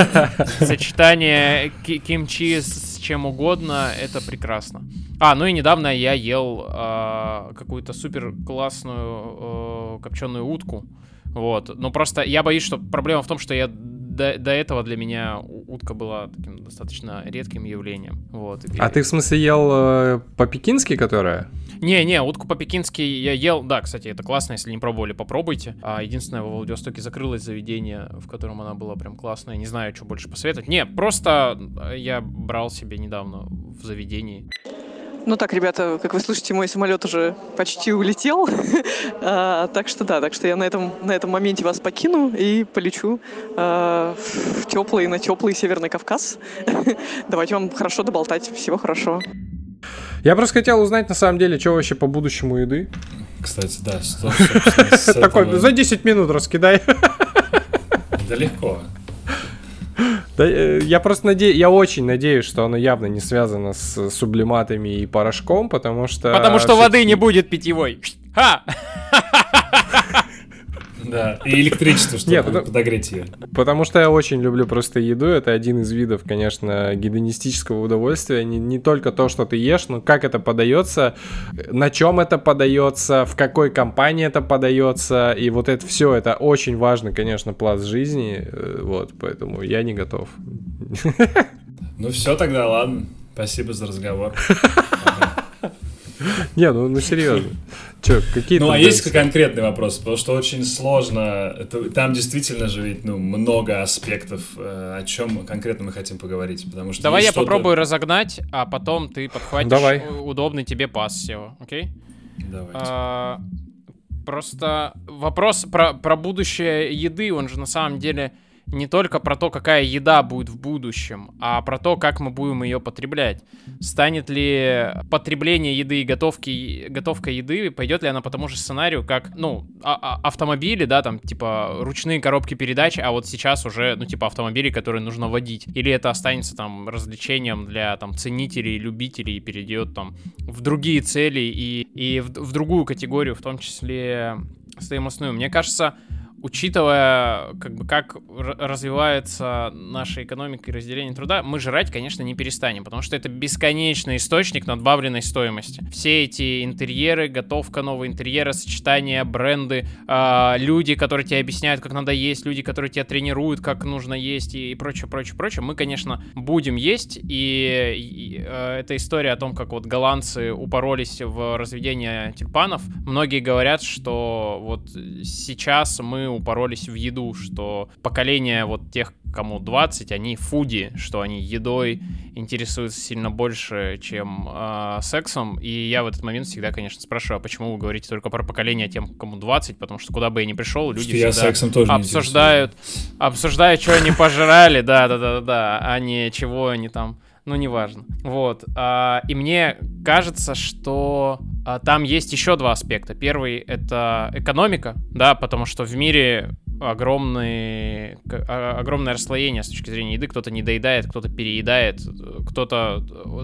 Сочетание ки- кимчи с чем угодно, это прекрасно. А, ну и недавно я ел а, какую-то супер классную копченую утку. Вот. Но просто я боюсь, что проблема в том, что я до, до этого для меня у- утка была таким достаточно редким явлением. Вот. И А ты, в смысле, ел э, по-пекински, которая? Не-не, утку по-пекински я ел. Да, кстати, это классно, если не пробовали, попробуйте. А единственное, во Владивостоке закрылось заведение, в котором она была прям классная. Не знаю, что больше посоветовать. Не, просто я брал себе недавно в заведении. Ну так, ребята, как вы слышите, мой самолет уже почти улетел. А, так что да, так что я на этом, на этом моменте вас покину и полечу а, в теплый, на теплый Северный Кавказ. Давайте вам хорошо доболтать. Всего хорошего. Я просто хотел узнать, на самом деле, что вообще по будущему еды. Кстати, да, что, собственно, с Такой, этого- за десять минут раскидай. Да легко. Да, я просто надеюсь, я очень надеюсь, что оно явно не связано с сублиматами и порошком, потому что... Потому что воды не будет питьевой. Ха! Да, и электричество, чтобы Нет, потому, подогреть ее. Потому что я очень люблю просто еду. Это один из видов, конечно, гедонистического удовольствия. Не, не только то, что ты ешь, но как это подается, на чем это подается, в какой компании это подается. И вот это все, это очень важный, конечно, пласт жизни. Вот, поэтому я не готов. Ну все тогда, ладно. Спасибо за разговор. Не, ну, ну серьезно. Че, какие Ну, а есть конкретный вопрос, потому что очень сложно. Это, там действительно же ведь ну, много аспектов, э, о чем конкретно мы хотим поговорить. Потому что Давай я что-то... попробую разогнать, а потом ты подхватишь Давай. удобный тебе пас, Сева. Окей? Давайте. А, просто вопрос про, про будущее еды, он же на самом деле не только про то, какая еда будет в будущем, а про то, как мы будем ее потреблять. Станет ли потребление еды и готовки, готовка еды, пойдет ли она по тому же сценарию, как, ну, а- а- автомобили, да, там, типа, ручные коробки передач, а вот сейчас уже, ну, типа, автомобили, которые нужно водить. Или это останется, там, развлечением для, там, ценителей, любителей и перейдет, там, в другие цели и, и в, в другую категорию, в том числе стоимостную. Мне кажется, учитывая, как бы, как развивается наша экономика и разделение труда, мы жрать, конечно, не перестанем, потому что это бесконечный источник надбавленной стоимости. Все эти интерьеры, готовка нового интерьера, сочетания, бренды, э, люди, которые тебе объясняют, как надо есть, люди, которые тебя тренируют, как нужно есть и прочее, прочее, прочее. Мы, конечно, будем есть, и, и э, эта история о том, как вот голландцы упоролись в разведение тюльпанов, многие говорят, что вот сейчас мы упоролись в еду, что поколение вот тех, кому двадцать, они фуди, что они едой интересуются сильно больше, чем э, сексом. И я в этот момент всегда, конечно, спрашиваю, а почему вы говорите только про поколение тем, кому двадцать, потому что куда бы я ни пришел, люди что всегда сексом тоже обсуждают, обсуждают, что они пожрали, да-да-да-да, а не чего они там... Ну, неважно. Вот. А, и мне кажется, что а, там есть еще два аспекта. Первый — это экономика, да, потому что в мире огромные, огромное расслоение с точки зрения еды. Кто-то не доедает, кто-то переедает, кто-то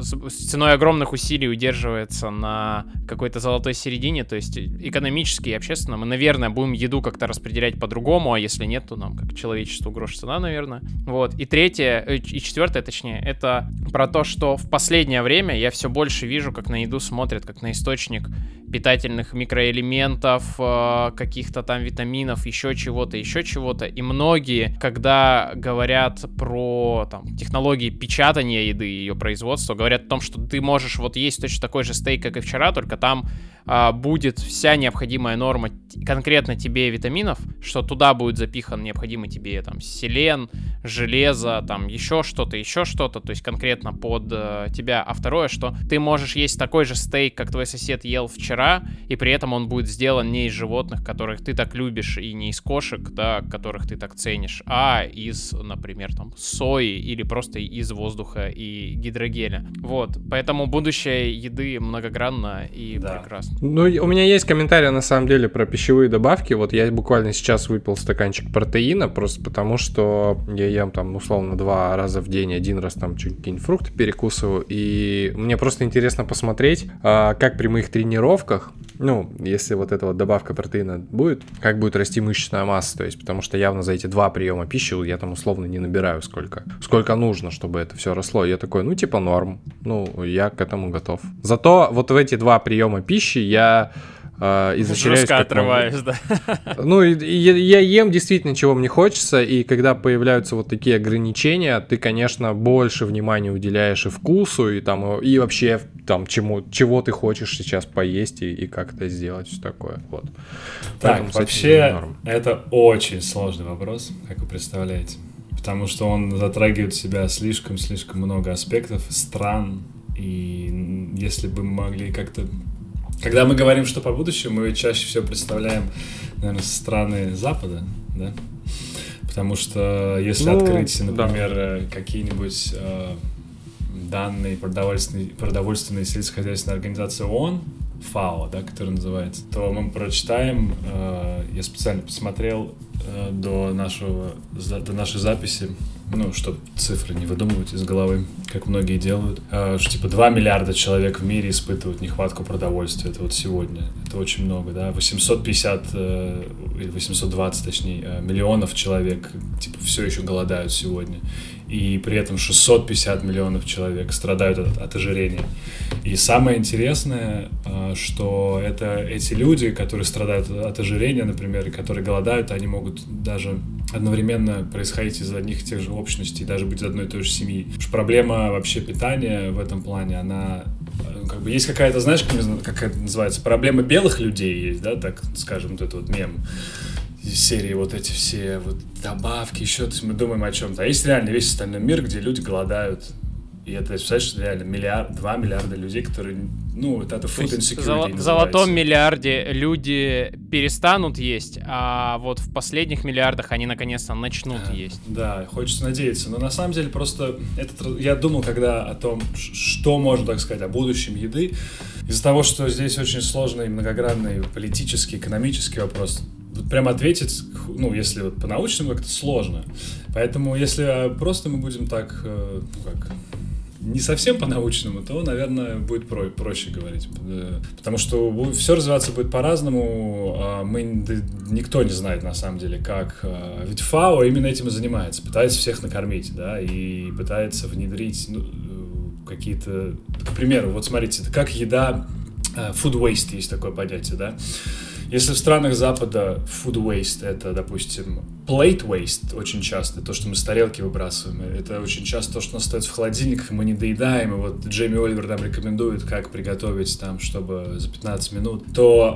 с ценой огромных усилий удерживается на какой-то золотой середине. То есть экономически и общественно мы, наверное, будем еду как-то распределять по-другому, а если нет, то нам, как человечеству, грош цена, наверное. Вот. И третье, и четвертое, точнее, это про то, что в последнее время я все больше вижу, как на еду смотрят, как на источник питательных микроэлементов, каких-то там витаминов, еще чего-то, еще чего-то. И многие, когда говорят про там, технологии печатания еды и ее производства, говорят о том, что ты можешь вот есть точно такой же стейк, как и вчера, только там а, будет вся необходимая норма конкретно тебе витаминов, что туда будет запихан необходимый тебе там селен, железо, там еще что-то, еще что-то, то есть конкретно под э, тебя. А второе, что ты можешь есть такой же стейк, как твой сосед ел вчера, и при этом он будет сделан не из животных, которых ты так любишь, и не из кошек, да, которых ты так ценишь, а из, например, там, сои или просто из воздуха и гидрогеля. Вот, поэтому будущее еды многогранно и да. прекрасно. Ну, у меня есть комментарий, на самом деле, про пищевые добавки. Вот я буквально сейчас выпил стаканчик протеина, просто потому что я ем там, условно, два раза в день, один раз там чуть какие-нибудь фрукты перекусываю, и мне просто интересно посмотреть, как при моих тренировках, ну, если вот эта вот добавка протеина будет, как будет расти мышечная масса, то есть, потому что явно за эти два приема пищи я там условно не набираю сколько, сколько нужно, чтобы это все росло. Я такой, ну, типа норм, ну, я к этому готов. Зато вот в эти два приема пищи я э, изощряюсь жестко отрываюсь, да. Ну, и, и, я ем действительно, чего мне хочется, и когда появляются вот такие ограничения, ты, конечно, больше внимания уделяешь и вкусу, и там, и вообще там, чему, чего ты хочешь сейчас поесть, и, и как это сделать, все такое, вот. Так, поэтому вообще, это очень сложный вопрос, как вы представляете, потому что он затрагивает в себя слишком-слишком много аспектов, стран, и если бы мы могли как-то... Когда мы говорим, что по будущему, мы чаще всего представляем, наверное, страны Запада, да? Потому что если ну, открыть, например, да. какие-нибудь э, данные продовольственной, продовольственной сельскохозяйственной организации ООН, ФАО, да, которая называется, то мы прочитаем, э, я специально посмотрел э, до, нашего, до нашей записи ну, чтобы цифры не выдумывать из головы, как многие делают, что типа два миллиарда человек в мире испытывают нехватку продовольствия. Это вот сегодня. Это очень много, да. восемьсот пятьдесят или восемьсот двадцать, точнее, миллионов человек типа все еще голодают сегодня. И при этом шестьсот пятьдесят миллионов человек страдают от, от ожирения. И самое интересное, что это эти люди, которые страдают от ожирения, например, и которые голодают, они могут даже одновременно происходить из одних и тех же общностей, даже быть из одной и той же семьи. Потому что проблема вообще питания в этом плане, она как бы есть какая-то, знаешь, как это называется, проблема белых людей есть, да, так скажем, вот это вот мем. Из серии вот эти все вот добавки, еще, то есть мы думаем о чем-то. А есть реально весь остальной мир, где люди голодают. И это, представляешь, реально миллиард, два миллиарда людей, которые, ну, это food insecurity. В золотом миллиарде люди перестанут есть, а вот в последних миллиардах они наконец-то начнут а, есть. Да, хочется надеяться. Но на самом деле просто этот, я думал, когда о том, что можно, так сказать, о будущем еды, из-за того, что здесь очень сложный, многогранный политический, экономический вопрос. Вот прям ответить, ну, если вот по-научному, как-то сложно. Поэтому, если просто мы будем так, ну, как, не совсем по-научному, то, наверное, будет про- проще говорить. Потому что все развиваться будет по-разному. А мы, никто не знает, на самом деле, как... Ведь ФАО именно этим и занимается. Пытается всех накормить, да, и пытается внедрить, ну, какие-то... К примеру, вот смотрите, как еда... Food waste есть такое понятие, да. Если в странах Запада food waste — это, допустим, plate waste очень часто, то, что мы с тарелки выбрасываем, это очень часто то, что у нас остается в холодильниках, и мы не доедаем, и вот Джейми Оливер нам рекомендует, как приготовить там, чтобы за пятнадцать минут, то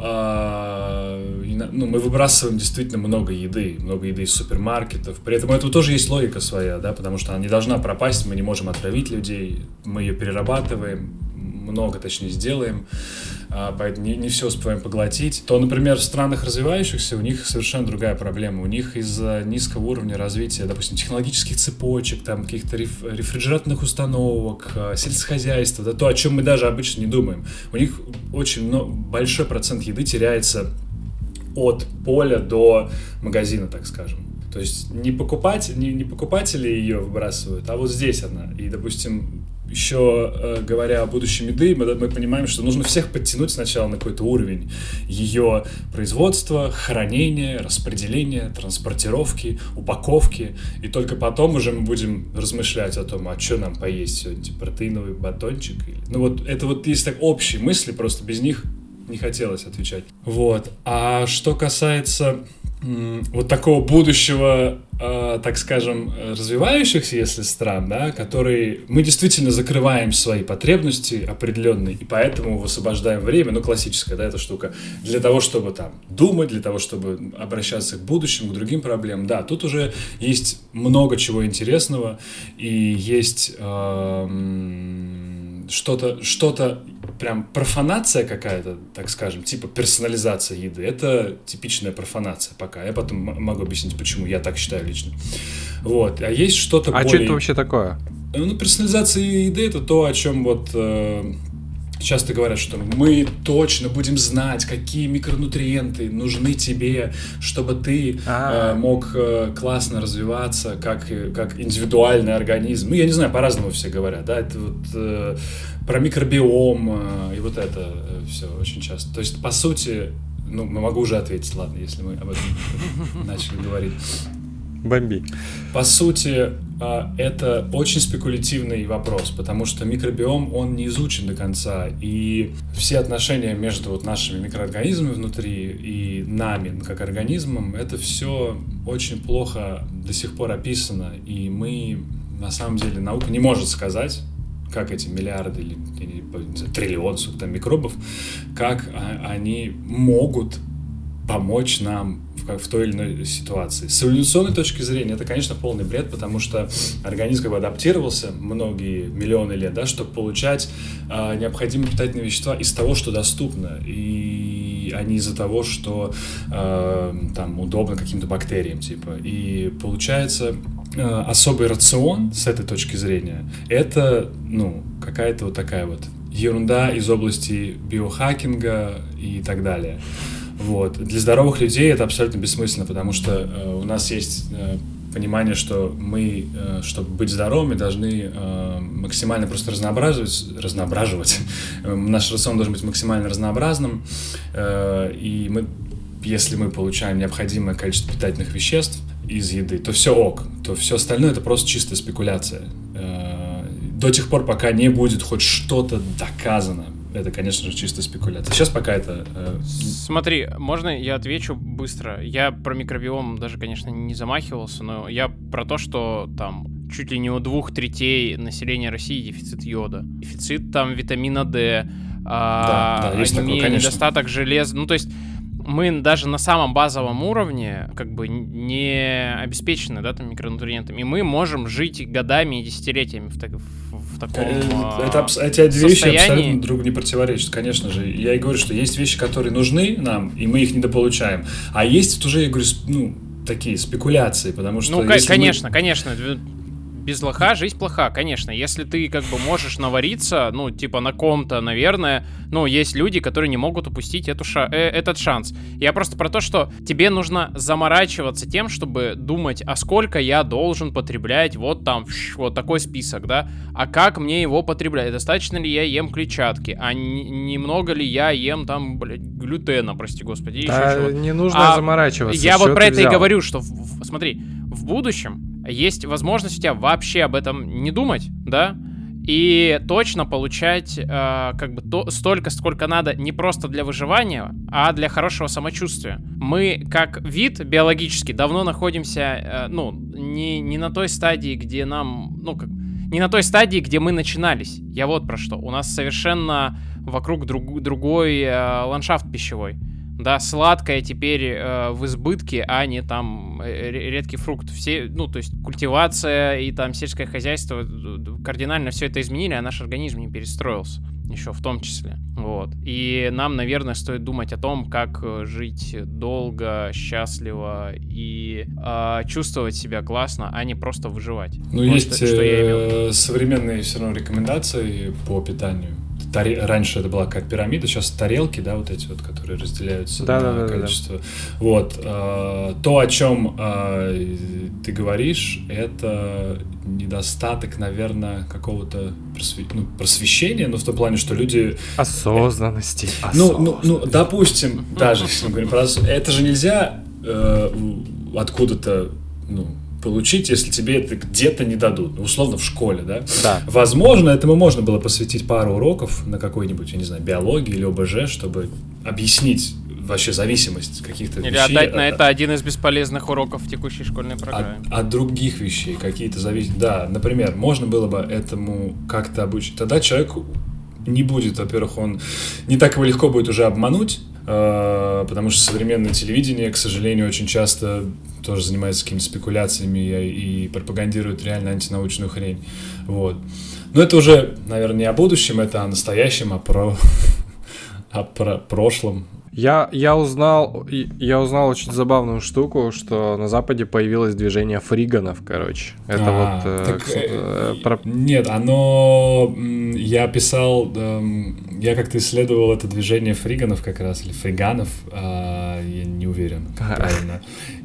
э, ну, мы выбрасываем действительно много еды, много еды из супермаркетов, при этом у этого тоже есть логика своя, да, потому что она не должна пропасть, мы не можем отравить людей, мы ее перерабатываем, много, точнее, сделаем, поэтому не, не все успеваем поглотить, то, например, в странах развивающихся у них совершенно другая проблема. У них из-за низкого уровня развития, допустим, технологических цепочек, там, каких-то реф, рефрижераторных установок, сельскохозяйства, да, то, о чем мы даже обычно не думаем. У них очень много, большой процент еды теряется от поля до магазина, так скажем. То есть не, покупать, не, не покупатели ее выбрасывают, а вот здесь она. И, допустим, еще э, говоря о будущем еды, мы, мы понимаем, что нужно всех подтянуть сначала на какой-то уровень ее производства, хранения, распределения, транспортировки, упаковки. И только потом уже мы будем размышлять о том, а что нам поесть сегодня, типа протеиновый батончик. Ну вот это вот есть так общие мысли, просто без них не хотелось отвечать. Вот. А что касается... вот такого будущего, э, так скажем, развивающихся, если стран, да, которые мы действительно закрываем свои потребности определенные, и поэтому высвобождаем время, ну, классическая, да, эта штука, для того, чтобы там думать, для того, чтобы обращаться к будущему, к другим проблемам. Да, тут уже есть много чего интересного, и есть э, что-то, что-то прям профанация какая-то, так скажем, типа персонализация еды. Это типичная профанация пока. Я потом могу объяснить, почему я так считаю лично. Вот. А есть что-то а более... что это вообще такое? Ну, персонализация еды — это то, о чем вот э, часто говорят, что мы точно будем знать, какие микронутриенты нужны тебе, чтобы ты э, мог э, классно развиваться как, как индивидуальный организм. Ну, я не знаю, по-разному все говорят, да, это вот... Э, про микробиом э, и вот это э, все очень часто. То есть, по сути, ну, могу уже ответить, ладно, если мы об этом начали говорить. Бомби. По сути, э, это очень спекулятивный вопрос, потому что микробиом, он не изучен до конца, и все отношения между вот нашими микроорганизмами внутри и нами, как организмом, это все очень плохо до сих пор описано, и мы, на самом деле, наука не может сказать, как эти миллиарды или триллион там, микробов, как а, они могут помочь нам в, как, в той или иной ситуации. С эволюционной точки зрения это, конечно, полный бред, потому что организм как бы адаптировался многие миллионы лет, да, чтобы получать а, необходимые питательные вещества из того, что доступно, и а не из-за того, что а, там удобно каким-то бактериям, типа. И получается... особый рацион с этой точки зрения — это, ну, какая-то вот такая вот ерунда из области биохакинга и так далее. Вот. Для здоровых людей это абсолютно бессмысленно, потому что э, у нас есть э, понимание, что мы, э, чтобы быть здоровыми, должны э, максимально просто разнообразовать, разноображивать. Наш рацион должен быть максимально разнообразным, э, и мы, если мы получаем необходимое количество питательных веществ из еды, то все ок, то все остальное это просто чистая спекуляция. Э, до тех пор, пока не будет хоть что-то доказано, это, конечно же, чисто спекуляция. Сейчас пока это... Э... Смотри, можно я отвечу быстро? Я про микробиом даже, конечно, не замахивался, но я про то, что там чуть ли не у двух третей населения России дефицит йода. Дефицит там витамина D, а, да, да, есть анемия, такое, недостаток железа. Ну, то есть мы даже на самом базовом уровне как бы не обеспечены, да, там, микронутриентами. И мы можем жить годами и десятилетиями в, так, в, в таком это, эти две вещи абсолютно друг не противоречат, конечно же. Я и говорю, что есть вещи, которые нужны нам, и мы их недополучаем. А есть уже, я говорю, ну, такие спекуляции, потому что... Ну, конечно, мы... конечно. Без лоха жизнь плоха, конечно. Если ты как бы можешь навариться, ну, типа на ком-то, наверное, ну, есть люди, которые не могут упустить эту ша- э, этот шанс. Я просто про то, что тебе нужно заморачиваться тем, чтобы думать, а сколько я должен потреблять вот там, вот такой список, да, а как мне его потреблять, достаточно ли я ем клетчатки, а н- немного ли я ем там, блядь, глютена, прости господи, да, еще чего-то. Не нужно а заморачиваться. Я вот про это взял? и говорю, что, в, в, смотри, в будущем есть возможность у тебя вообще об этом не думать, да, и точно получать э, как бы то, столько, сколько надо не просто для выживания, а для хорошего самочувствия. Мы, как вид биологически, давно находимся, э, ну, не, не на той стадии, где нам, ну, как, не на той стадии, где мы начинались. Я вот про что. У нас совершенно вокруг друг, другой э, ландшафт пищевой. Да, сладкое теперь э, в избытке, а не там э, редкий фрукт. Все, ну, то есть культивация и там сельское хозяйство кардинально все это изменили, а наш организм не перестроился еще в том числе. Вот. И нам, наверное, стоит думать о том, как жить долго, счастливо и э, чувствовать себя классно, а не просто выживать. Ну, вот есть что, что я имел. Современные все равно рекомендации по питанию. Таре... Раньше это была как пирамида, сейчас тарелки, да, вот эти вот, которые разделяются да, на да, количество. Да, да. Вот. Э, то, о чем э, ты говоришь, это недостаток, наверное, какого-то просве... ну, просвещения, но в том плане, что люди... Осознанности. Ну, ну, ну, допустим, даже, если мы говорим про... Это же нельзя э, откуда-то, ну, получить, если тебе это где-то не дадут, условно в школе, да? Да. Возможно, этому можно было посвятить пару уроков на какой-нибудь, я не знаю, биологии или ОБЖ, чтобы объяснить вообще зависимость каких-то или вещей. Или отдать от, на это один из бесполезных уроков в текущей школьной программе. От, от других вещей, какие-то зависимости. Да, например, можно было бы этому как-то обучить. Тогда человек не будет, во-первых, он не так его легко будет уже обмануть, э, потому что современное телевидение, к сожалению, очень часто тоже занимается какими-то спекуляциями и, и пропагандирует реально антинаучную хрень. Вот. Но это уже, наверное, не о будущем, это о настоящем, а про, о про прошлом. Я, я, узнал, я узнал очень забавную штуку, что на Западе появилось движение фриганов, короче. Это а, вот... Э, так, э, про... Нет, оно... Я писал... Я как-то исследовал это движение фриганов как раз, или фриганов, я не уверен, правильно.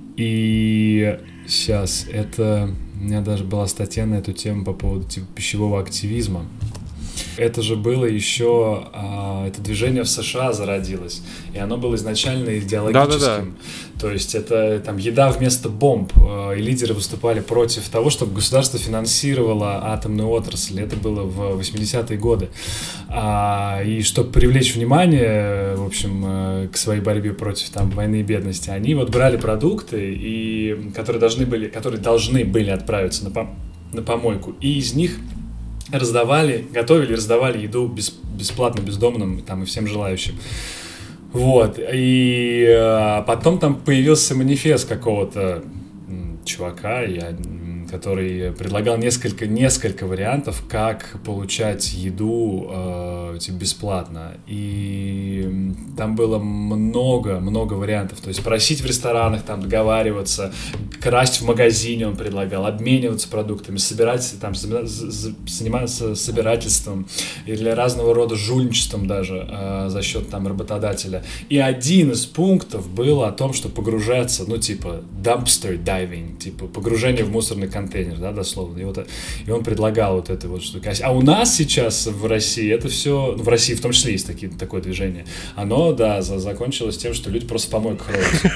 И сейчас это... У меня даже была статья на эту тему по поводу типа пищевого активизма. Это же было еще... А, это движение в США зародилось. И оно было изначально идеологическим. Да, да, да. То есть это там еда вместо бомб. И лидеры выступали против того, чтобы государство финансировало атомную отрасль. Это было в восьмидесятые годы. А, и чтобы привлечь внимание, в общем, к своей борьбе против там, войны и бедности, они вот брали продукты, и, которые, должны были, которые должны были отправиться на, пом- на помойку. И из них... раздавали, готовили, раздавали еду без, бесплатно бездомным там, и всем желающим. Вот. И а, потом там появился манифест какого-то м, чувака, я, который предлагал несколько, несколько вариантов, как получать еду э, типа, бесплатно. И там было много-много вариантов. То есть просить в ресторанах, там, договариваться, красть в магазине он предлагал, обмениваться продуктами, собирать, там, заниматься собирательством или разного рода жульничеством даже э, за счет там работодателя. И один из пунктов был о том, что погружаться, ну, типа, dumpster diving, типа, погружение в мусорный контейнер, да, дословно. И, вот, и он предлагал вот это вот штуку. А у нас сейчас в России это все, ну, в России в том числе есть такие, такое движение, оно, да, за, закончилось тем, что люди просто в помойках роются.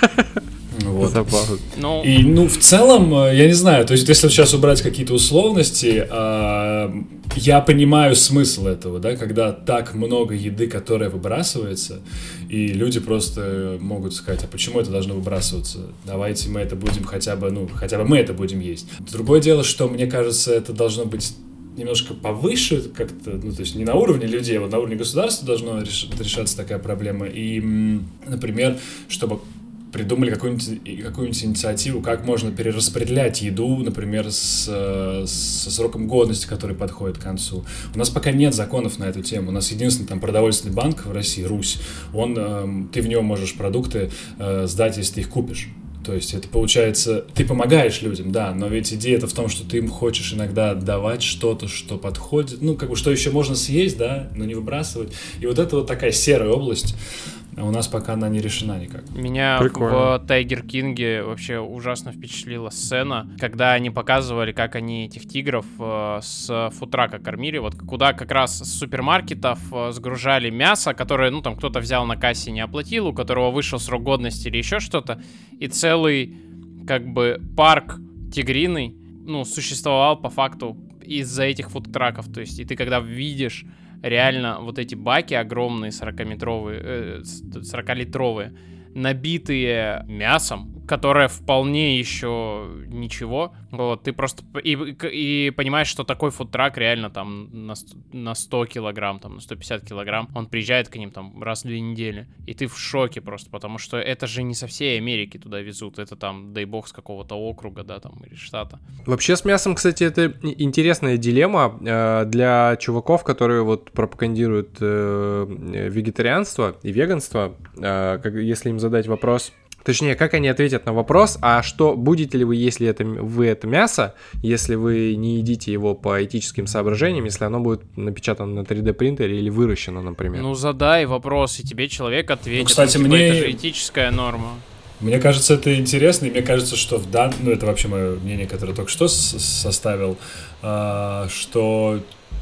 Вот. Ну... И, ну, в целом, я не знаю, то есть, если сейчас убрать какие-то условности, э, я понимаю смысл этого, да, когда так много еды, которая выбрасывается, и люди просто могут сказать, а почему это должно выбрасываться? Давайте мы это будем хотя бы, ну, хотя бы мы это будем есть. Другое дело, что, мне кажется, это должно быть немножко повыше как-то, ну, то есть не на уровне людей, а вот на уровне государства должна реш- решаться такая проблема. И, например, чтобы придумали какую-нибудь, какую-нибудь инициативу, как можно перераспределять еду, например, с, со сроком годности, который подходит к концу. У нас пока нет законов на эту тему. У нас единственный там продовольственный банк в России, Русь, он, э, ты в нем можешь продукты э, сдать, если ты их купишь. То есть это получается, ты помогаешь людям, да, но ведь идея-то в том, что ты им хочешь иногда отдавать что-то, что подходит, ну, как бы, что еще можно съесть, да, но не выбрасывать. И вот это вот такая серая область, а у нас пока она не решена никак. Меня Прикольно. в Тайгер Кинге вообще ужасно впечатлила сцена, когда они показывали, как они этих тигров э, с фудтрака кормили, вот куда как раз с супермаркетов э, сгружали мясо, которое, ну, там, кто-то взял на кассе, не оплатил, у которого вышел срок годности или еще что-то, и целый, как бы, парк тигриный, ну, существовал по факту из-за этих фудтраков, то есть, и ты когда видишь реально вот эти баки огромные, сорокаметровые, сорокалитровые, набитые мясом, которое вполне еще ничего. Вот, ты просто и, и понимаешь, что такой фудтрак реально там на сто, на сто килограмм, там, на сто пятьдесят килограмм, он приезжает к ним там раз в две недели, и ты в шоке просто, потому что это же не со всей Америки туда везут, это там, дай бог, с какого-то округа, да, там, или штата. Вообще с мясом, кстати, это интересная дилемма э, для чуваков, которые вот пропагандируют э, вегетарианство и веганство, э, как, если им задать вопрос. Точнее, как они ответят на вопрос, а что, будете ли вы, если это, вы это мясо, если вы не едите его по этическим соображениям, если оно будет напечатано на три дэ принтере или выращено, например? Ну, задай вопрос, и тебе человек ответит. Ну, кстати, ну, типа, мне... это же этическая норма. Мне кажется, это интересно, и мне кажется, что в дан... ну, это вообще мое мнение, которое только что с- составил, а, что...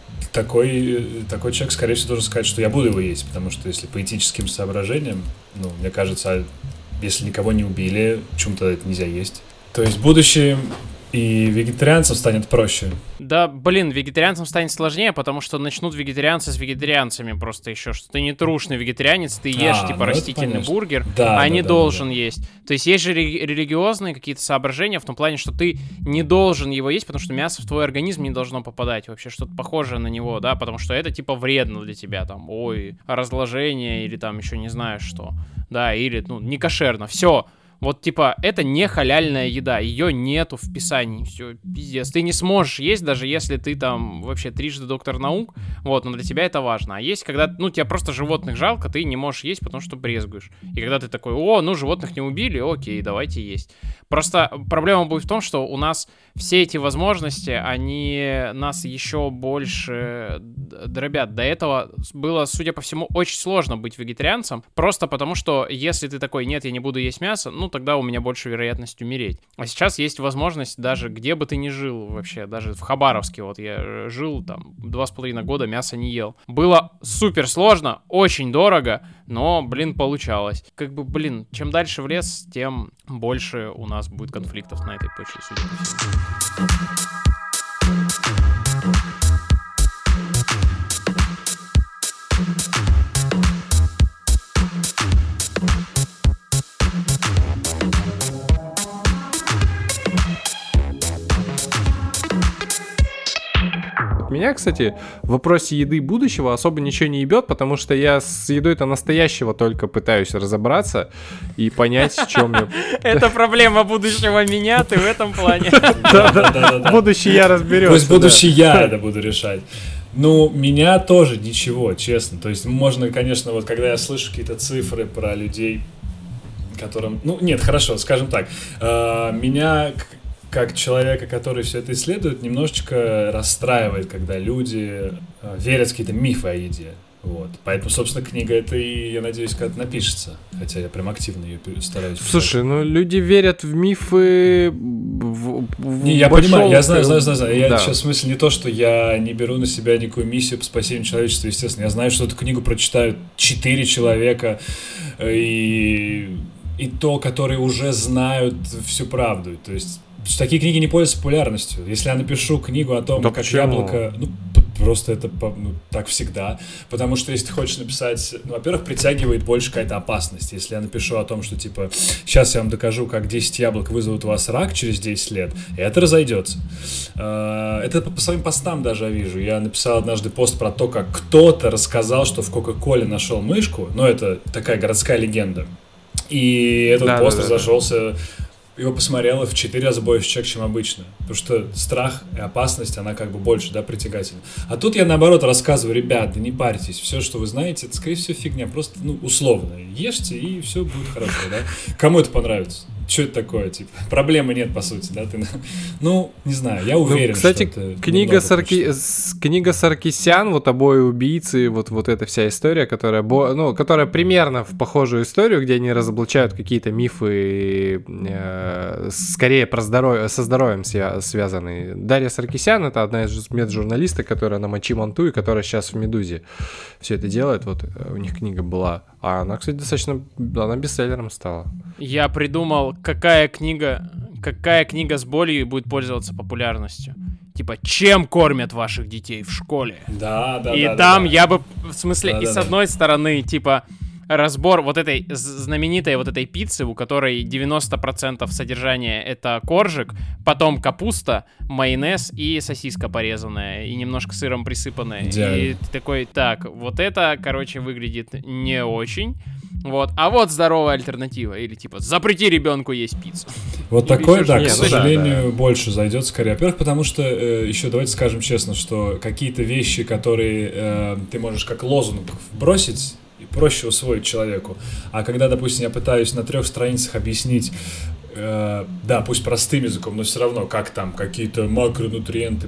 Такой, такой человек, скорее всего, должен сказать, что я буду его есть, потому что если по этическим соображениям, ну, мне кажется, если никого не убили, почему-то это нельзя есть. То есть будущее и вегетарианцам станет проще. Да, блин, вегетарианцам станет сложнее, потому что начнут вегетарианцы с вегетарианцами просто еще, что ты не трушный вегетарианец, ты ешь, а, типа, ну растительный бургер, да, а да, не да, должен да. есть. То есть есть же религиозные какие-то соображения в том плане, что ты не должен его есть, потому что мясо в твой организм не должно попадать, вообще что-то похожее на него, да, потому что это, типа, вредно для тебя, там, ой, разложение или там еще не знаю что, да, или, ну, не кошерно, все. Вот, типа, это не халяльная еда, ее нету в Писании, все, пиздец. Ты не сможешь есть, даже если ты там вообще трижды доктор наук, вот, но для тебя это важно. А есть, когда, ну, тебе просто животных жалко, ты не можешь есть, потому что брезгуешь. И когда ты такой, о, ну, животных не убили, окей, давайте есть. Просто проблема будет в том, что у нас все эти возможности, они нас еще больше дробят. До этого было, судя по всему, очень сложно быть вегетарианцем, просто потому что если ты такой, нет, я не буду есть мясо, ну, тогда у меня больше вероятность умереть. А сейчас есть возможность даже, где бы ты ни жил вообще, даже в Хабаровске, вот я жил там два с половиной года, мясо не ел. Было супер сложно, очень дорого, но, блин, получалось. Как бы, блин, чем дальше в лес, тем больше у нас будет конфликтов на этой почве, судя по всему. Меня, кстати, в вопросе еды будущего особо ничего не ебет, потому что я с едой-то настоящего только пытаюсь разобраться и понять, в чем я... Это проблема будущего меня, ты в этом плане. Да-да-да, будущий я разберется. Пусть будущий я это буду решать. Ну, меня тоже ничего, честно. То есть можно, конечно, вот когда я слышу какие-то цифры про людей, которым... Ну, нет, хорошо, скажем так. Меня, как человека, который все это исследует, немножечко расстраивает, когда люди верят в какие-то мифы о еде. Вот. Поэтому, собственно, книга эта и, я надеюсь, когда-то напишется. Хотя я прям активно ее стараюсь писать. Слушай, ну люди верят в мифы в, в не, я большом... понимаю, я знаю, знаю, знаю, знаю. Я да. сейчас в смысле не то, что я не беру на себя никакую миссию по спасению человечества, естественно. Я знаю, что эту книгу прочитают четыре человека, и, и то, которые уже знают всю правду. То есть такие книги не пользуются популярностью. Если я напишу книгу о том, да как почему? Яблоко... Ну, просто это ну, так всегда. Потому что если ты хочешь написать... Ну, во-первых, притягивает больше какая-то опасность. Если я напишу о том, что, типа, сейчас я вам докажу, как десять яблок вызовут у вас рак через десять лет, это разойдется. Это по своим постам даже я вижу. Я написал однажды пост про то, как кто-то рассказал, что в Кока-Коле нашел мышку. Ну, это такая городская легенда. И этот да, пост да, разошелся... Да. Его посмотрело в четыре раза больше человек, чем обычно. Потому что страх и опасность, она как бы больше, да, притягательна. А тут я, наоборот, рассказываю: ребят, да не парьтесь, все, что вы знаете, это, скорее всего, фигня. Просто, ну, условно. Ешьте, и все будет хорошо, да. Кому это понравится? Что это такое, типа? Проблемы нет, по сути, да? Ты, ну, не знаю, я уверен, ну, кстати, что это... Книга, Сарки... книга Саркисян, вот «Обои убийцы», вот, вот эта вся история, которая, ну, которая примерно в похожую историю, где они разоблачают какие-то мифы, э, скорее про здоровье, со здоровьем свя- связанные. Дарья Саркисян — это одна из меджурналисток, которая на Мочи Монту и которая сейчас в «Медузе» все это делает. Вот у них книга была. А она, кстати, достаточно... Она бестселлером стала. Я придумал, какая книга, какая книга с болью будет пользоваться популярностью. Типа, чем кормят ваших детей в школе? Да, да, и да. И там да, я бы, в смысле, да, и да, с да. одной стороны, типа, разбор вот этой знаменитой вот этой пиццы, у которой девяносто процентов содержания это коржик, потом капуста, майонез и сосиска порезанная, и немножко сыром присыпанная. Идеально. И ты такой, так, вот это, короче, выглядит не очень. Вот, а вот здоровая альтернатива. Или типа, запрети ребенку есть пиццу. Вот такое, да, к нет, сожалению, да, да. больше зайдет скорее. Во-первых, потому что, э, еще давайте скажем честно, что какие-то вещи, которые э, ты можешь как лозунг бросить, и проще усвоить человеку. А когда, допустим, я пытаюсь на трех страницах объяснить, э, да, пусть простым языком, но все равно, как там какие-то макронутриенты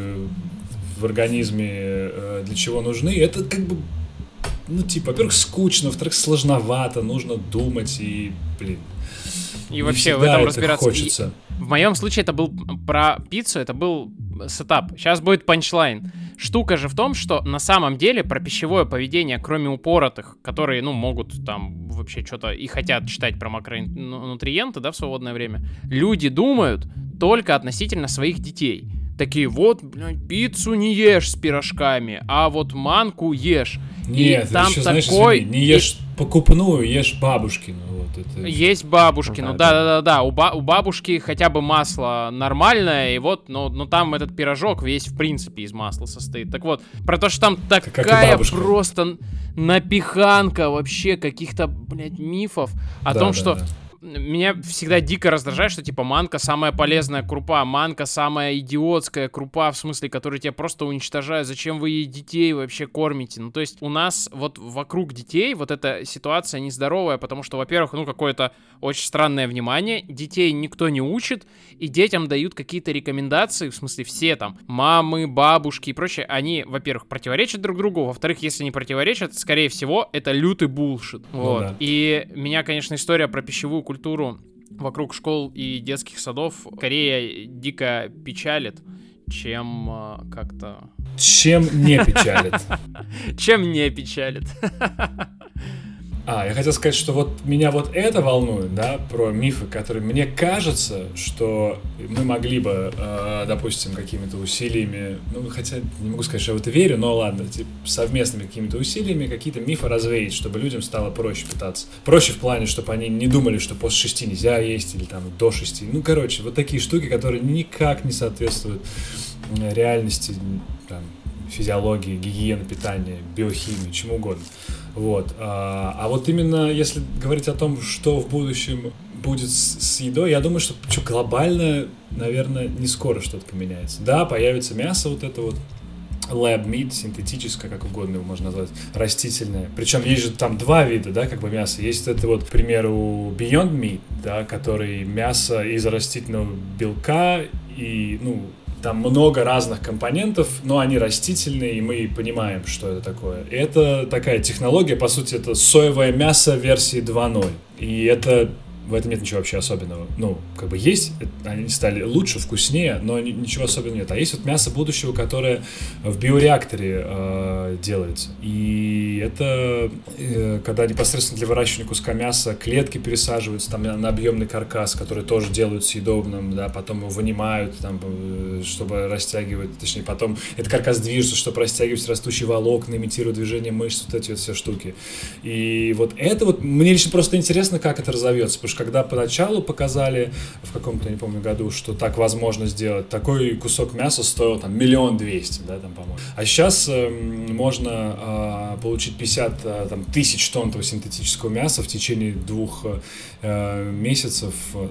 в организме э, для чего нужны, это как бы, ну, типа, во-первых, скучно, во-вторых, сложновато, нужно думать и, блин. И вообще в этом это разбираться. Хочется. И в моем случае это был про пиццу, это был сетап. Сейчас будет панчлайн. Штука же в том, что на самом деле про пищевое поведение, кроме упоротых, которые, ну, могут там вообще что-то и хотят читать про макронутриенты, да, в свободное время, люди думают только относительно своих детей. Такие, вот, блядь, пиццу не ешь с пирожками, а вот манку ешь. Нет, и там еще, такой... знаешь, извини, не ешь и... покупную, ешь бабушкину. Вот это... Есть бабушкину, да-да-да-да, у, ба- у бабушки хотя бы масло нормальное, и вот, ну, ну там этот пирожок весь в принципе из масла состоит. Так вот, про то, что там такая просто напиханка вообще каких-то, блядь, мифов о да, том, да, что... Да. Меня всегда дико раздражает, что, типа, манка самая полезная крупа, манка самая идиотская крупа, в смысле, которая тебя просто уничтожает. Зачем вы ей детей вообще кормите? Ну, то есть у нас вот вокруг детей вот эта ситуация нездоровая, потому что, во-первых, ну, какое-то очень странное внимание, детей никто не учит, и детям дают какие-то рекомендации, в смысле, все там, мамы, бабушки и прочее, они, во-первых, противоречат друг другу, во-вторых, если не противоречат, скорее всего, это лютый булшит. Вот. Ну, да. И меня, конечно, история про пищевую культуру культуру вокруг школ и детских садов скорее дико печалит, чем э, как-то... Чем не печалит. Чем не печалит. А, я хотел сказать, что вот меня вот это волнует, да, про мифы, которые мне кажется, что мы могли бы, э, допустим, какими-то усилиями, ну, хотя не могу сказать, что я в это верю, но ладно, типа, совместными какими-то усилиями какие-то мифы развеять, чтобы людям стало проще питаться. Проще в плане, чтобы они не думали, что после шести нельзя есть или там до шести. Ну, короче, вот такие штуки, которые никак не соответствуют реальности, там, физиологии, гигиены питания, биохимии, чему угодно. Вот. А, а вот именно если говорить о том, что в будущем будет с, с едой, я думаю, что, что глобально, наверное, не скоро что-то поменяется. Да, появится мясо вот это вот, lab meat, синтетическое, как угодно его можно назвать, растительное. Причем есть же там два вида, да, как бы мяса. Есть это вот, к примеру, Beyond Meat, да, который мясо из растительного белка, и, ну, там много разных компонентов, но они растительные, и мы понимаем, что это такое. И это такая технология, по сути, это соевое мясо версии два ноль. И это... В этом нет ничего вообще особенного. Ну, как бы есть, они стали лучше, вкуснее, но ничего особенного нет. А есть вот мясо будущего, которое в биореакторе э, делается. И это, э, когда непосредственно для выращивания куска мяса клетки пересаживаются там, на, на объемный каркас, который тоже делают съедобным, да, потом его вынимают, там, чтобы растягивать, точнее, потом этот каркас движется, чтобы растягивать растущие волокна, имитируя движение мышц, вот эти вот все штуки. И вот это вот, мне лично просто интересно, как это разовьется, потому что когда поначалу показали в каком-то, не помню, году, что так возможно сделать, такой кусок мяса стоил там миллион двести, да, там, по-моему. А сейчас э, можно э, получить пятьдесят э, там, тысяч тонн этого синтетического мяса в течение двух э, месяцев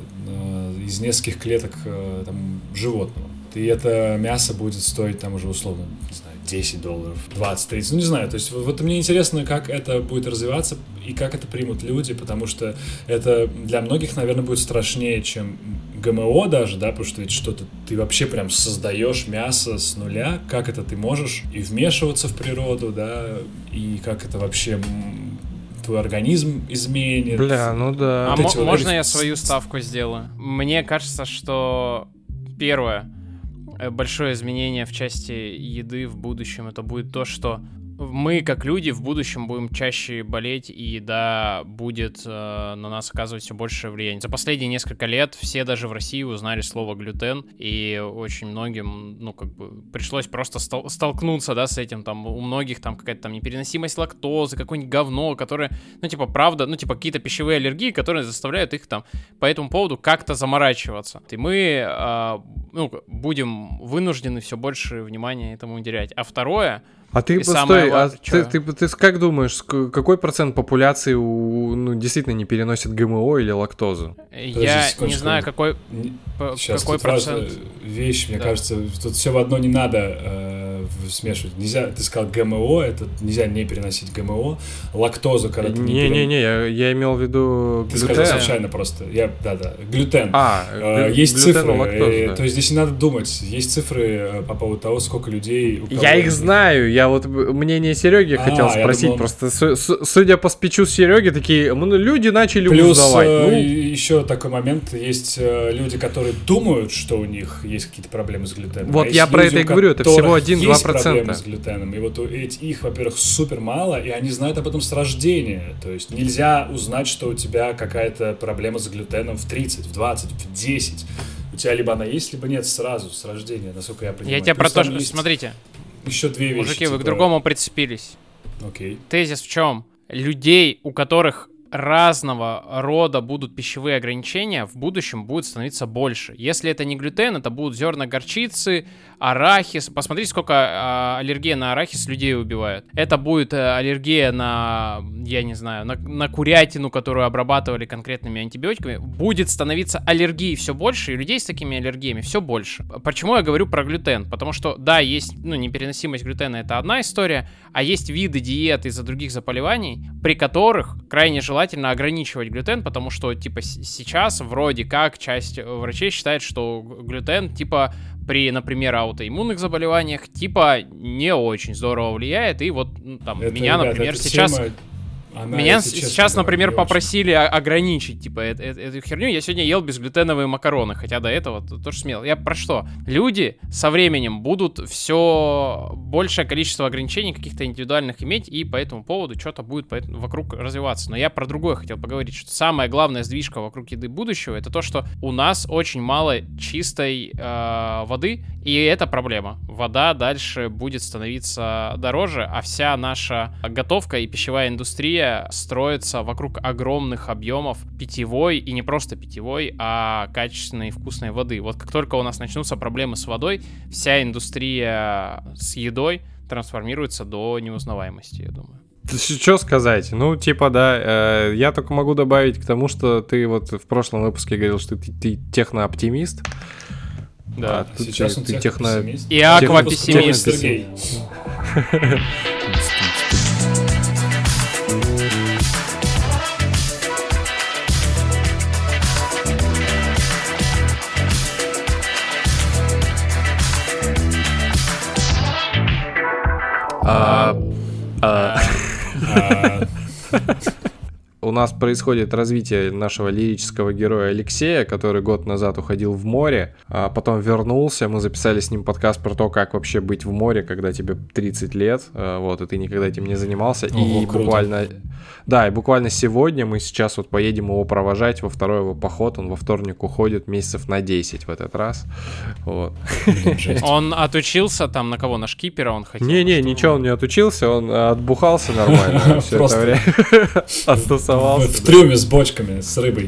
э, из нескольких клеток э, там, животного. И это мясо будет стоить там уже условно, не знаю, десять долларов, двадцать, тридцать, ну не знаю, то есть вот мне интересно, как это будет развиваться и как это примут люди, потому что это для многих, наверное, будет страшнее, чем ГМО даже, да, потому что ведь что-то ты вообще прям создаешь мясо с нуля, как это ты можешь и вмешиваться в природу, да, и как это вообще твой организм изменит. Бля, ну да. А вот м- можно эти... я свою ставку сделаю? Мне кажется, что первое, большое изменение в части еды в будущем, это будет то, что мы, как люди, в будущем будем чаще болеть, и еда будет э, на нас оказывать все большее влияние. За последние несколько лет все даже в России узнали слово глютен, и очень многим, ну, как бы, пришлось просто стол- столкнуться, да, с этим, там, у многих там какая-то там непереносимость лактозы, какое-нибудь говно, которое, ну, типа, правда, ну, типа, какие-то пищевые аллергии, которые заставляют их там по этому поводу как-то заморачиваться. И мы, э, ну, будем вынуждены все больше внимания этому уделять. А второе... А ты, постой, а ты, ты, ты, ты как думаешь, какой процент популяции у, ну, действительно не переносит ГМО или лактозу? Я Подожди, не знаю, какой, Сейчас какой процент. Вещь, мне да. кажется, тут все в одно не надо э, смешивать. Нельзя, ты сказал ГМО, это нельзя не переносить ГМО. Лактозу, когда ты не Не-не-не, не, я, я имел в виду глютен. Ты глютен. сказал случайно просто. Я, да-да, глютен. А, э, глю- есть глютен, цифры, лактоза, э, да. то есть здесь не надо думать. Есть цифры по поводу того, сколько людей... У кого Я их знаю, я вот мнение Сереги А, хотел я спросить, думал... просто с- с- судя по спичу Сереги, такие ну, люди начали Плюс узнавать. э, Ну, еще такой момент, есть э, люди, которые думают, что у них есть какие-то проблемы с глютеном. Вот а я есть про люди, это и у говорю, это которых всего один-два есть проблемы процента. с глютеном. И вот у этих, их, во-первых, супер мало, и они знают об этом с рождения. То есть нельзя узнать, что у тебя какая-то проблема с глютеном в тридцать, в двадцать, в десять. У тебя либо она есть, либо нет сразу, с рождения, насколько я понимаю. Я тебя Плюс про то, там что... есть Смотрите, еще две вещи. мужики, вы типа... к другому прицепились. Окей. Тезис в чем? Людей, у которых разного рода будут пищевые ограничения, в будущем будет становиться больше. Если это не глютен, это будут зерна горчицы, арахис. Посмотрите, сколько а, аллергия на арахис людей убивает. Это будет а, аллергия на, я не знаю, на, на курятину, которую обрабатывали конкретными антибиотиками. Будет становиться аллергии все больше, и людей с такими аллергиями все больше. Почему я говорю про глютен? Потому что, да, есть, ну, непереносимость глютена, это одна история, а есть виды диет из-за других заболеваний, при которых крайне желательно ограничивать глютен, потому что, типа, сейчас вроде как часть врачей считает, что глютен, типа, при, например, аутоиммунных заболеваниях, типа, не очень здорово влияет, и вот, ну, там, Это, меня, ребят, например, эта сейчас... тема, она, Меня если честно, сейчас, например, не очень. попросили ограничить, типа, эту, эту херню. Я сегодня ел безглютеновые макароны, хотя до этого тоже смел. Я про что? Люди со временем будут все большее количество ограничений каких-то индивидуальных иметь, и по этому поводу что-то будет вокруг развиваться. Но я про другое хотел поговорить, что самая главная сдвижка вокруг еды будущего — это то, что у нас очень мало чистой э, воды, и это проблема. Вода дальше будет становиться дороже, а вся наша готовка и пищевая индустрия строится вокруг огромных объемов питьевой, и не просто питьевой, а качественной и вкусной воды. Вот как только у нас начнутся проблемы с водой, вся индустрия с едой трансформируется до неузнаваемости, я думаю. Что сказать? Ну, типа, да, э, я только могу добавить к тому, что ты вот в прошлом выпуске говорил, что ты, ты технооптимист. Да. А тут Сейчас ты, он ты техно... технопессимист. И аквапессимист. Сергей. А, а, А, у нас происходит развитие нашего лирического героя Алексея, который год назад уходил в море, а потом вернулся. Мы записали с ним подкаст про то, как вообще быть в море, когда тебе тридцать лет, а, вот, и ты никогда этим не занимался. Ого, и круто. буквально, да, и буквально сегодня мы сейчас вот поедем его провожать во второй его поход. Он во вторник уходит месяцев на десять в этот раз. Вот. блин, жесть. Он отучился там на кого? На шкипера он хотел? Не-не, Что? ничего он не отучился, он а, отбухался нормально. Все это Просто. время В, оттусовался. в трюме с бочками, с рыбой.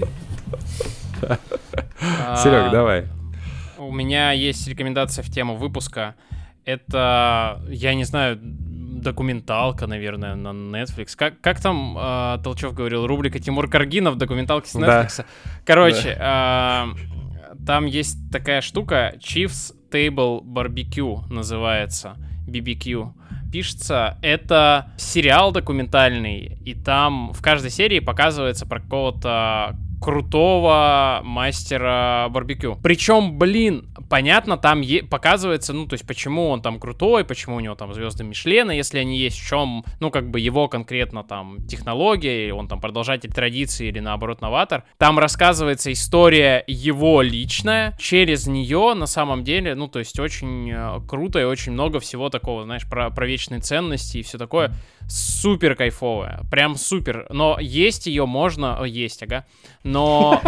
А, Серег, давай. У меня есть рекомендация в тему выпуска. Это, я не знаю, документалка, наверное, на Netflix. Как, как там э, Толчев говорил, рубрика Тимур Каргинов, документалки с Да. Netflix. Короче, э, там есть такая штука, Chiefs Table Barbecue называется, би би кью. Пишется, это сериал документальный, и там в каждой серии показывается про какого-то крутого мастера барбекю. Причем, блин, понятно, там е- показывается, ну, то есть, почему он там крутой, почему у него там звезды Мишлена, если они есть, в чем, ну, как бы его конкретно там технология, или он там продолжатель традиции, или наоборот новатор. Там рассказывается история его личная, через нее, на самом деле, ну, то есть, очень э, круто и очень много всего такого, знаешь, про, про вечные ценности и все такое. Супер кайфовая, прям супер. Но есть ее можно, о, есть, ага. Но,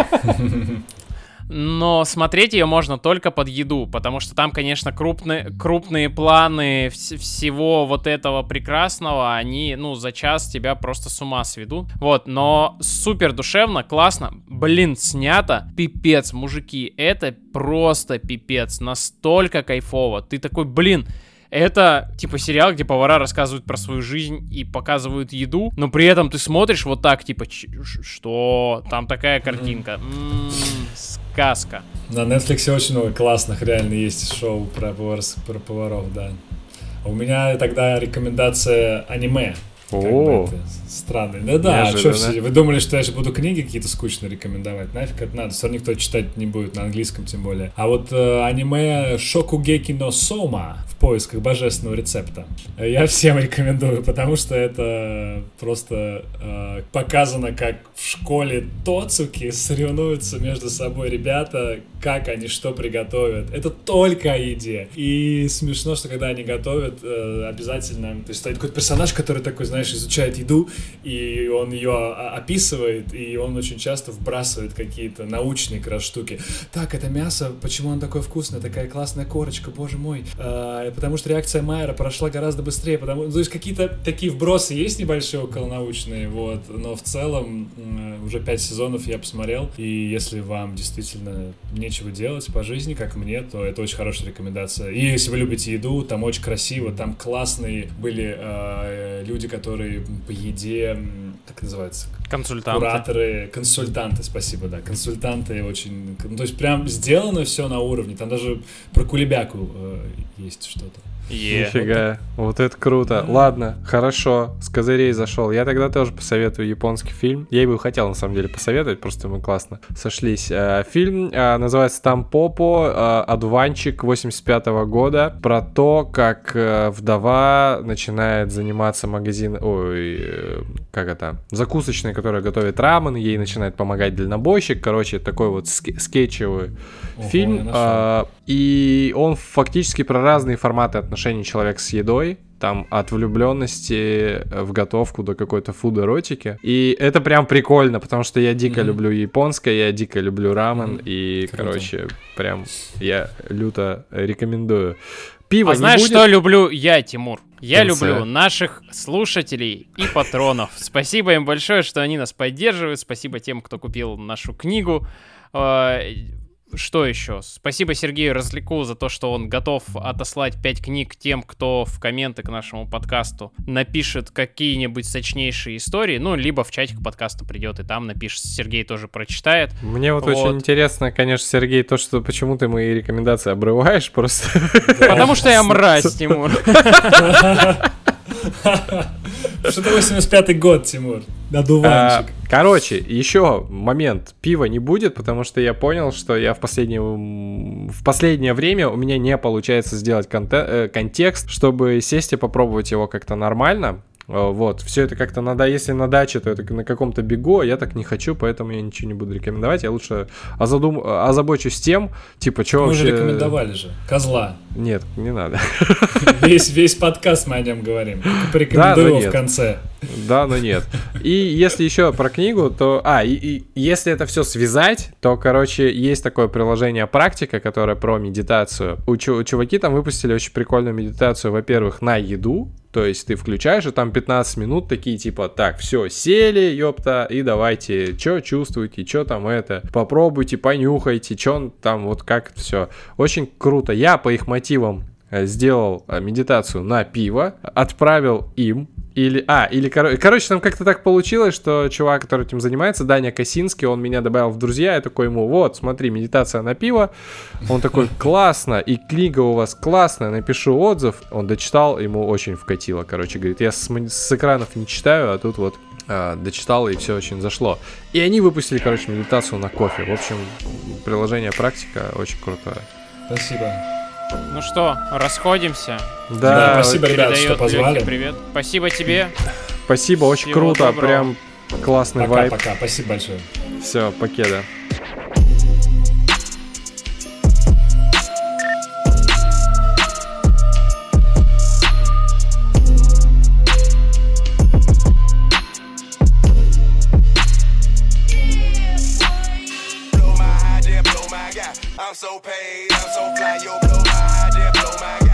но смотреть ее можно только под еду, потому что там, конечно, крупные, крупные планы вс- всего вот этого прекрасного, они, ну, за час тебя просто с ума сведут. Вот, но супер душевно, классно, блин, снято, пипец, мужики, это просто пипец, настолько кайфово. Ты такой, блин, это, типа, сериал, где повара рассказывают про свою жизнь и показывают еду, но при этом ты смотришь вот так, типа, ч- что? Там такая картинка. М-м, сказка. На Netflix очень много классных реально есть шоу про, повар- про поваров, да. А у меня тогда рекомендация аниме. Как бы О, это странно. Да да, а Неожиданно. что все? Вы думали, что я же буду книги какие-то скучные рекомендовать? Нафиг это надо, все равно никто читать не будет, на английском тем более. А вот э, аниме Шокугеки но Сома в поисках божественного рецепта я всем рекомендую, потому что это просто э, показано, как в школе Тоцуки соревнуются между собой ребята, как они что приготовят. Это только о еде. И смешно, что когда они готовят, э, обязательно... То есть стоит какой-то персонаж, который такой, знаешь, изучает еду, и он ее о- описывает, и он очень часто вбрасывает какие-то научные как раз штуки. Так, это мясо, почему оно такое вкусное, такая классная корочка, боже мой. Э, потому что реакция Майера прошла гораздо быстрее, потому... То есть какие-то такие вбросы есть небольшие околонаучные, вот, но в целом э, уже пять сезонов я посмотрел, и если вам действительно нечего делать по жизни, как мне, то это очень хорошая рекомендация. И если вы любите еду, там очень красиво, там классные были э, люди, которые по еде, м, как это называется? Консультанты. Кураторы, консультанты, спасибо, да, консультанты очень, ну, то есть прям сделано все на уровне, там даже про кулебяку э, есть что-то. Е. нифига, вот это круто. Ладно, хорошо, с козырей зашел. Я тогда тоже посоветую японский фильм. Я его хотел, на самом деле, посоветовать, просто мы классно сошлись. Э, Фильм э, называется «Тампопо», э, одуванчик восемьдесят пятого года, про то, как э, вдова начинает заниматься магазин... Ой, э, как это? Закусочной, которая готовит рамен, ей начинает помогать дальнобойщик. Короче, такой вот ски- скетчевый Ого, я фильм. нашел. э, И он фактически про разные форматы отношений человека с едой. Там от влюбленности в готовку до какой-то фуд-эротики. И это прям прикольно, потому что я дико Мгм. люблю японское, я дико люблю рамен. Мгм. И, Круто. короче, прям я люто рекомендую. Пиво А не знаешь, будет? что люблю я, Тимур? Я В конце. люблю наших слушателей и патронов. Спасибо им большое, что они нас поддерживают. Спасибо тем, кто купил нашу книгу. Э, Что еще? Спасибо Сергею Разляку за то, что он готов отослать пять книг тем, кто в комменты к нашему подкасту напишет какие-нибудь сочнейшие истории, ну, либо в чатик подкаста придет и там напишет, Сергей тоже прочитает. Мне вот, Вот. очень интересно, конечно, Сергей, то, что почему ты мои рекомендации обрываешь просто. Потому что я мразь, Тимур. Что-то восемьдесят пятый год, Тимур. Надуванчик. А, короче, еще момент. Пива не будет, потому что я понял, что я в последнее, в последнее время у меня не получается сделать конте- э, контекст, чтобы сесть и попробовать его как-то нормально. Э, Вот, все это как-то надо, если на даче, то это на каком-то бегу, а я так не хочу, поэтому я ничего не буду рекомендовать. Я лучше озадум... озабочусь тем, типа, что Мы вообще... уже рекомендовали же. Козла. Нет, не надо. Весь, весь подкаст мы о нем говорим. Да, Порекомендую но его нет. в конце. Да, но нет. И если еще про книгу, то... А, и, и если это все связать, то, короче, есть такое приложение «Практика», которое про медитацию. У чу- чуваки там выпустили очень прикольную медитацию, во-первых, на еду. То есть ты включаешь, и там пятнадцать минут такие, типа, так, все, сели, ёпта, и давайте, что чувствуете, что там это, попробуйте, понюхайте, что там, вот как все. Очень круто. Я по их мотивам э, сделал э, медитацию на пиво, отправил им. Или, а, или, кор- короче, там как-то так получилось, что чувак, который этим занимается, Даня Косинский, он меня добавил в друзья, я такой ему, вот, смотри, медитация на пиво, он такой, классно, и книга у вас классная, напишу отзыв, он дочитал, ему очень вкатило, короче, говорит, я с, с экранов не читаю, а тут вот а, дочитал, и все очень зашло. И они выпустили, короче, медитацию на кофе, в общем, приложение «Практика» очень крутое. Спасибо. Ну что, расходимся. Да, спасибо, ребята, Передает что позвали. Лёхе привет. Спасибо тебе. Спасибо, очень Всего круто, доброго. прям классный вайб. Пока-пока. Спасибо большое. Все, покеда. Blow my idea, blow my guy. I'm so paid, I'm so fly, yo, blow my idea, blow my guy.